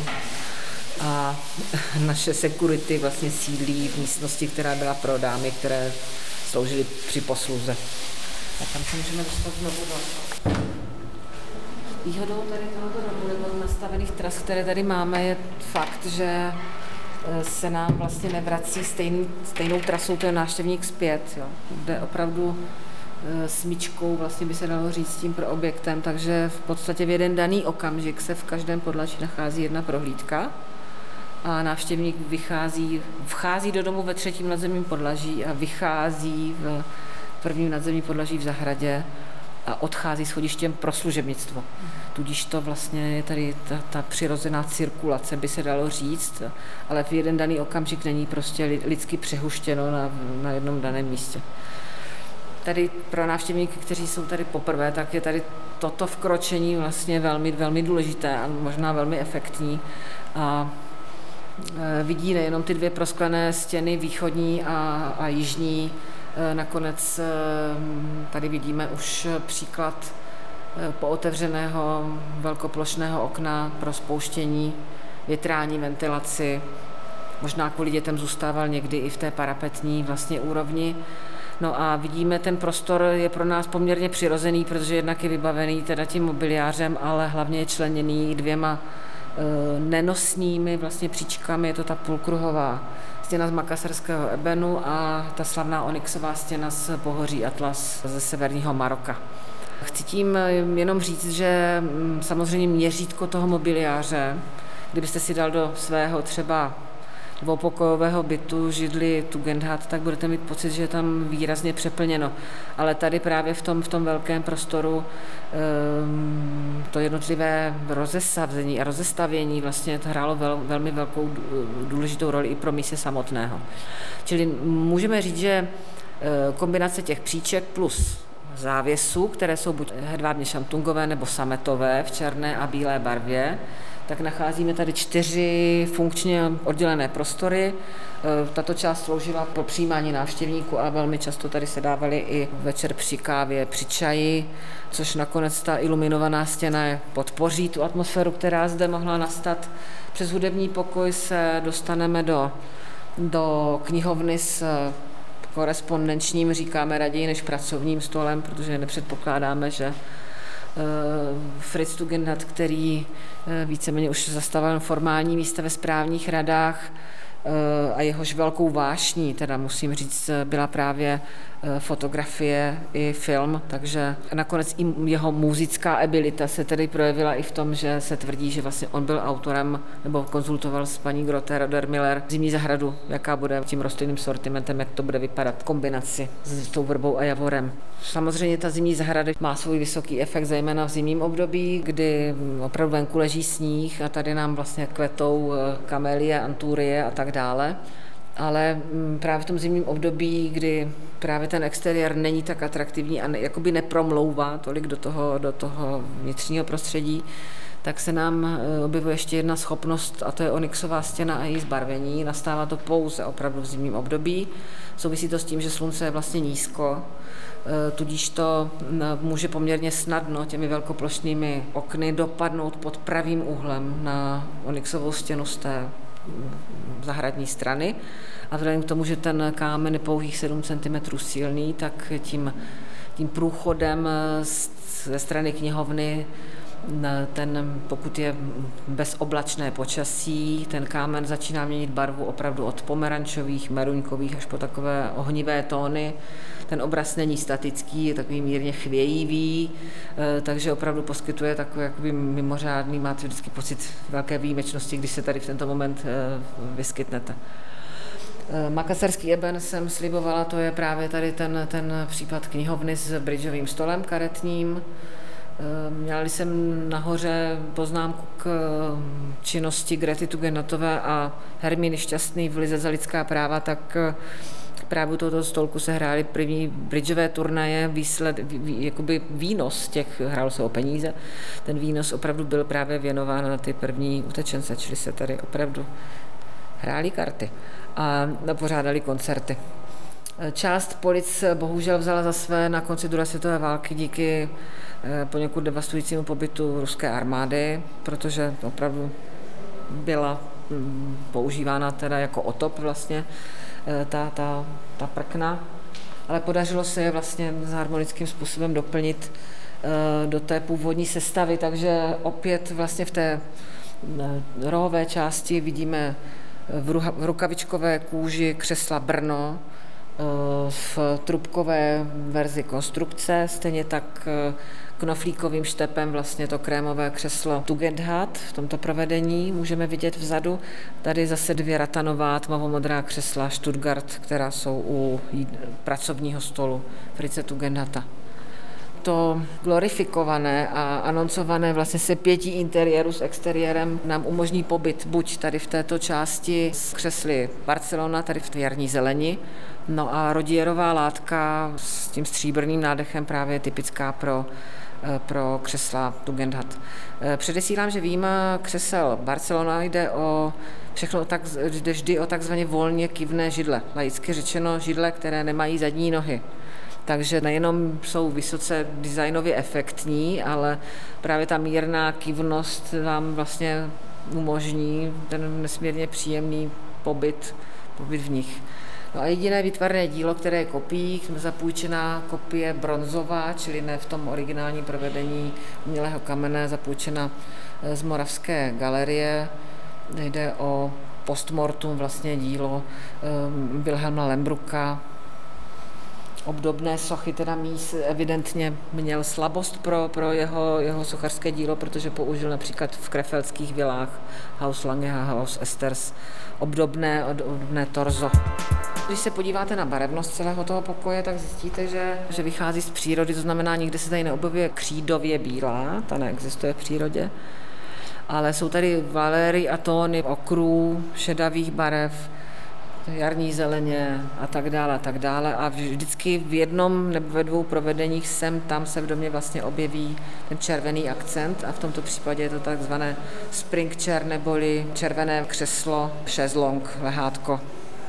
a naše security vlastně sídlí v místnosti, která byla pro dámy, které sloužily při posluze. A tam se můžeme dostat znovu do... Výhodou tady tohoto domu nebo nastavených tras, které tady máme, je fakt, že se nám vlastně nevrací stejný, stejnou trasou ten návštěvník zpět. Jo. Jde opravdu smyčkou, vlastně by se dalo říct, tím pro objektem, takže v podstatě v jeden daný okamžik se v každém podlaží nachází jedna prohlídka a návštěvník vychází, vchází do domu ve třetím nadzemním podlaží a vychází v prvním nadzemním podlaží v zahradě a odchází schodištěm pro služebnictvo. Tudíž to vlastně je tady ta, ta přirozená cirkulace, by se dalo říct, ale v jeden daný okamžik není prostě lidsky přehuštěno na, na jednom daném místě. Tady pro návštěvníky, kteří jsou tady poprvé, tak je tady toto vkročení vlastně velmi, velmi důležité a možná velmi efektní. A vidí nejenom ty dvě prosklené stěny, východní a, a jižní. Nakonec tady vidíme už příklad pootevřeného velkoplošného okna pro spouštění, větrání, ventilaci. Možná kvůli dětem zůstával někdy i v té parapetní vlastně úrovni. No a vidíme, ten prostor je pro nás poměrně přirozený, protože jednak je vybavený teda tím mobiliářem, ale hlavně je členěný dvěma e, nenosnými vlastně příčkami. Je to ta půlkruhová stěna z makasarského ebenu a ta slavná onyxová stěna z pohoří Atlas ze severního Maroka. Chci tím jenom říct, že samozřejmě měřítko toho mobiliáře, kdybyste si dal do svého třeba dvoupokojového bytu, židli Tugendhat, tak budete mít pocit, že je tam výrazně přeplněno. Ale tady právě v tom, v tom velkém prostoru um, to jednotlivé rozesazení a rozestavění vlastně hrálo vel, velmi velkou důležitou roli i pro mise samotného. Čili můžeme říct, že kombinace těch příček plus závěsů, které jsou buď hedvábně šantungové nebo sametové v černé a bílé barvě, tak nacházíme tady čtyři funkčně oddělené prostory. Tato část sloužila pro přijímání návštěvníků a velmi často tady se dávali i večer při kávě, při čaji, což nakonec ta iluminovaná stěna podpoří tu atmosféru, která zde mohla nastat. Přes hudební pokoj se dostaneme do, do knihovny s korespondenčním, říkáme raději, než pracovním stolem, protože nepředpokládáme, že Fritz Tugendhat, který víceméně už zastával formální místa ve správních radách a jehož velkou vášní, teda musím říct, byla právě fotografie i film, takže nakonec i jeho muzická abilita se tedy projevila i v tom, že se tvrdí, že vlastně on byl autorem nebo konzultoval s paní Grote Rodermiller Zimní zahradu, jaká bude tím rostlinným sortimentem, jak to bude vypadat kombinaci s tou vrbou a javorem. Samozřejmě ta Zimní zahrada má svůj vysoký efekt, zejména v zimním období, kdy opravdu venku leží sníh a tady nám vlastně kvetou kamelie, anturie a tak dále. Ale právě v tom zimním období, kdy právě ten exteriér není tak atraktivní a ne, jakoby nepromlouvá tolik do toho, do toho vnitřního prostředí, tak se nám objevuje ještě jedna schopnost, a to je onyxová stěna a její zbarvení. Nastává to pouze opravdu v zimním období. Souvisí to s tím, že slunce je vlastně nízko, tudíž to může poměrně snadno těmi velkoplošnými okny dopadnout pod pravým úhlem na onyxovou stěnu z té zahradní strany. A vzhledem k tomu, že ten kámen je pouhých sedm centimetrů silný, tak tím, tím průchodem ze strany knihovny, ten, pokud je bezoblačné počasí, ten kámen začíná měnit barvu opravdu od pomerančových, meruňkových až po takové ohnivé tóny. Ten obraz není statický, je takový mírně chvějivý, takže opravdu poskytuje takový jakoby mimořádný, máte vždycky pocit velké výjimečnosti, když se tady v tento moment vyskytnete. Makasarský eben jsem slibovala, to je právě tady ten, ten případ knihovny s bridžovým stolem karetním. Měla jsem nahoře poznámku k činnosti Grety Tugendhatové a Hermíny Šťastný v Lize za lidská práva, tak právě u tohoto stolku se hrály první bridžové turnaje, výsled, vý, jakoby výnos těch, hrálo se o peníze, ten výnos opravdu byl právě věnován na ty první utečence, čili se tady opravdu hrály karty a pořádali koncerty. Část polic bohužel vzala za své na konci druhé světové války díky poněkud devastujícímu pobytu ruské armády, protože opravdu byla používána teda jako otop vlastně ta, ta, ta prkna, ale podařilo se je vlastně harmonickým způsobem doplnit do té původní sestavy, takže opět vlastně v té rohové části vidíme v rukavičkové kůži křesla Brno, v trubkové verzi konstrukce, stejně tak knoflíkovým štepem vlastně to krémové křeslo Tugendhat v tomto provedení můžeme vidět vzadu. Tady zase dvě ratanová tmavomodrá křesla Stuttgart, která jsou u pracovního stolu Fritze Tugendhata. To glorifikované a anoncované vlastně sepětí interiéru s exteriérem nám umožní pobyt buď tady v této části s křesly Barcelona, tady v té jarní zeleni, no a rodierová látka s tím stříbrným nádechem právě je typická pro, pro křesla Tugendhat. Předesílám, že výjima křesel Barcelona jde o všechno tak, jde vždy o takzvaně volně kivné židle, laicky řečeno židle, které nemají zadní nohy. Takže nejenom jsou vysoce designově efektní, ale právě ta mírná kivnost vám vlastně umožní ten nesmírně příjemný pobyt, pobyt v nich. No a jediné výtvarné dílo, které je kopií, zapůjčená kopie bronzová, čili ne v tom originálním provedení umělého kamene, zapůjčena z Moravské galerie. Jde o postmortum vlastně dílo Wilhelma Lembrucka. Obdobné sochy, teda Mies evidentně měl slabost pro, pro jeho, jeho sochařské dílo, protože použil například v krefelských vilách Haus Lange a Haus Esters obdobné, obdobné torzo. Když se podíváte na barevnost celého toho pokoje, tak zjistíte, že, že vychází z přírody, to znamená, nikde se tady neobjevuje křídově bílá, ta neexistuje v přírodě, ale jsou tady valéry a tóny okrů, šedavých barev, jarní zeleně a tak dále a tak dále a vždycky v jednom nebo ve dvou provedeních sem tam se v domě vlastně objeví ten červený akcent a v tomto případě je to takzvané spring chair neboli červené křeslo, šezlong, lehátko.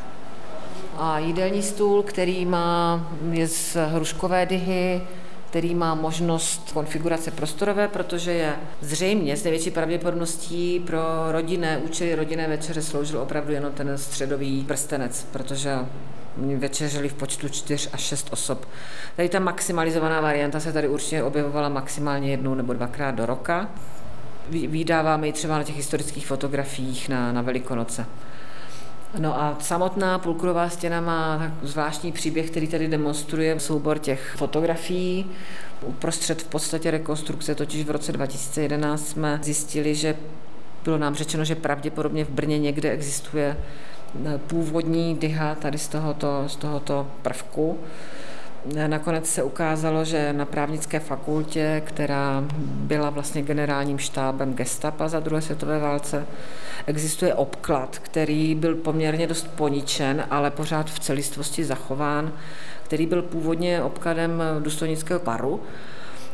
A jídelní stůl, který má, je z hruškové dyhy, který má možnost konfigurace prostorové, protože je zřejmě s největší pravděpodobností pro rodinné účely, rodinné večeře sloužil opravdu jenom ten středový prstenec, protože večeřili v počtu čtyř až šest osob. Tady ta maximalizovaná varianta se tady určitě objevovala maximálně jednou nebo dvakrát do roka. Vydáváme ji třeba na těch historických fotografiích na, na Velikonoce. No a samotná půlkruhová stěna má tak zvláštní příběh, který tady demonstruje soubor těch fotografií. Uprostřed v podstatě rekonstrukce, totiž v roce dva tisíce jedenáct jsme zjistili, že bylo nám řečeno, že pravděpodobně v Brně někde existuje původní dyha tady z tohoto, z tohoto prvku. Nakonec se ukázalo, že na právnické fakultě, která byla vlastně generálním štábem gestapa za druhé světové válce, existuje obklad, který byl poměrně dost poničen, ale pořád v celistvosti zachován, který byl původně obkladem důstojnického paru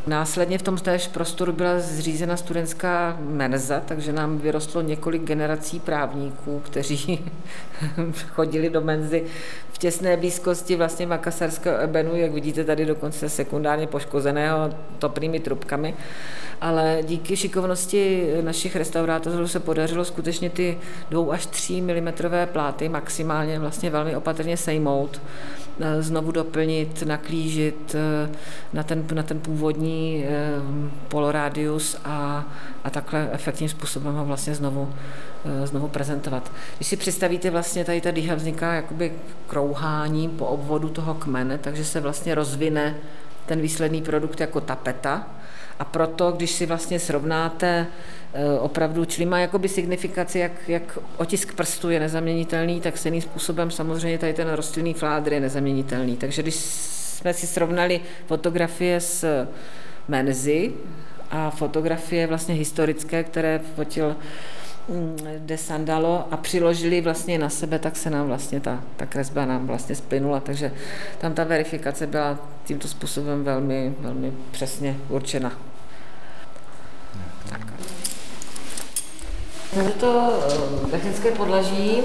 Následně v tom též prostoru byla zřízena studentská menza, takže nám vyrostlo několik generací právníků, kteří chodili do menzy v těsné blízkosti vlastně makasarského ebenu, jak vidíte tady dokonce sekundárně poškozeného topnými trubkami. Ale díky šikovnosti našich restaurátorů se podařilo skutečně ty dvou až tří milimetrové pláty maximálně vlastně velmi opatrně sejmout, znovu doplnit, naklížit na ten, na ten původní polorádius a, a takhle efektním způsobem ho vlastně znovu, znovu prezentovat. Když si představíte, vlastně tady ta dýcha vzniká jakoby krouháním po obvodu toho kmene, takže se vlastně rozvine ten výsledný produkt jako tapeta. A proto, když si vlastně srovnáte opravdu, čili má jakoby signifikaci, jak, jak otisk prstu je nezaměnitelný, tak stejným způsobem samozřejmě tady ten rostlinný fládr je nezaměnitelný. Takže když jsme si srovnali fotografie z menzy a fotografie vlastně historické, které fotil de Sandalo a přiložili vlastně na sebe, tak se nám vlastně ta, ta kresba nám vlastně splynula, takže tam ta verifikace byla tímto způsobem velmi, velmi přesně určena. Tak. Je to technické podlaží.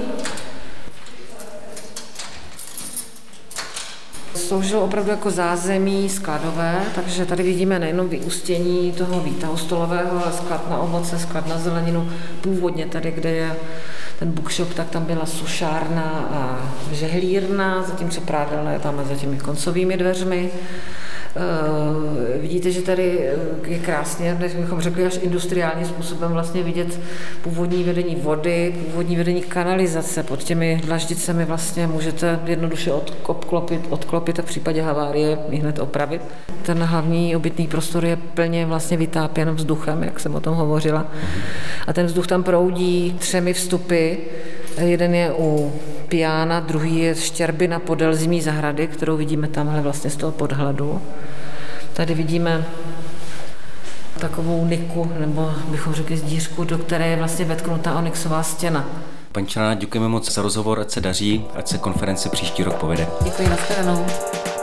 Sloužilo opravdu jako zázemí skladové, takže tady vidíme nejenom vyústění toho výtahu stolového, ale sklad na ovoce, sklad na zeleninu. Původně tady, kde je ten bookshop, tak tam byla sušárna a žehlírna, zatímco prádelna je tam za těmi koncovými dveřmi. Uh, vidíte, že tady je krásně, než bychom řekli až industriálním způsobem vlastně vidět původní vedení vody, původní vedení kanalizace. Pod těmi dlaždicemi vlastně můžete jednoduše odklopit, odklopit a v případě havárie i hned opravit. Ten hlavní obytný prostor je plně vlastně vytápěn vzduchem, jak jsem o tom hovořila. A ten vzduch tam proudí třemi vstupy. Jeden je u piana, druhý je štěrbina podél zimní zahrady, kterou vidíme tamhle vlastně z toho podhledu. Tady vidíme takovou niku, nebo bychom řekli zdířku, do které je vlastně vetknutá onyxová stěna. Paní Čelána, děkujeme moc za rozhovor, ať se daří, ať se konference příští rok povede. Děkuji, nashledanou.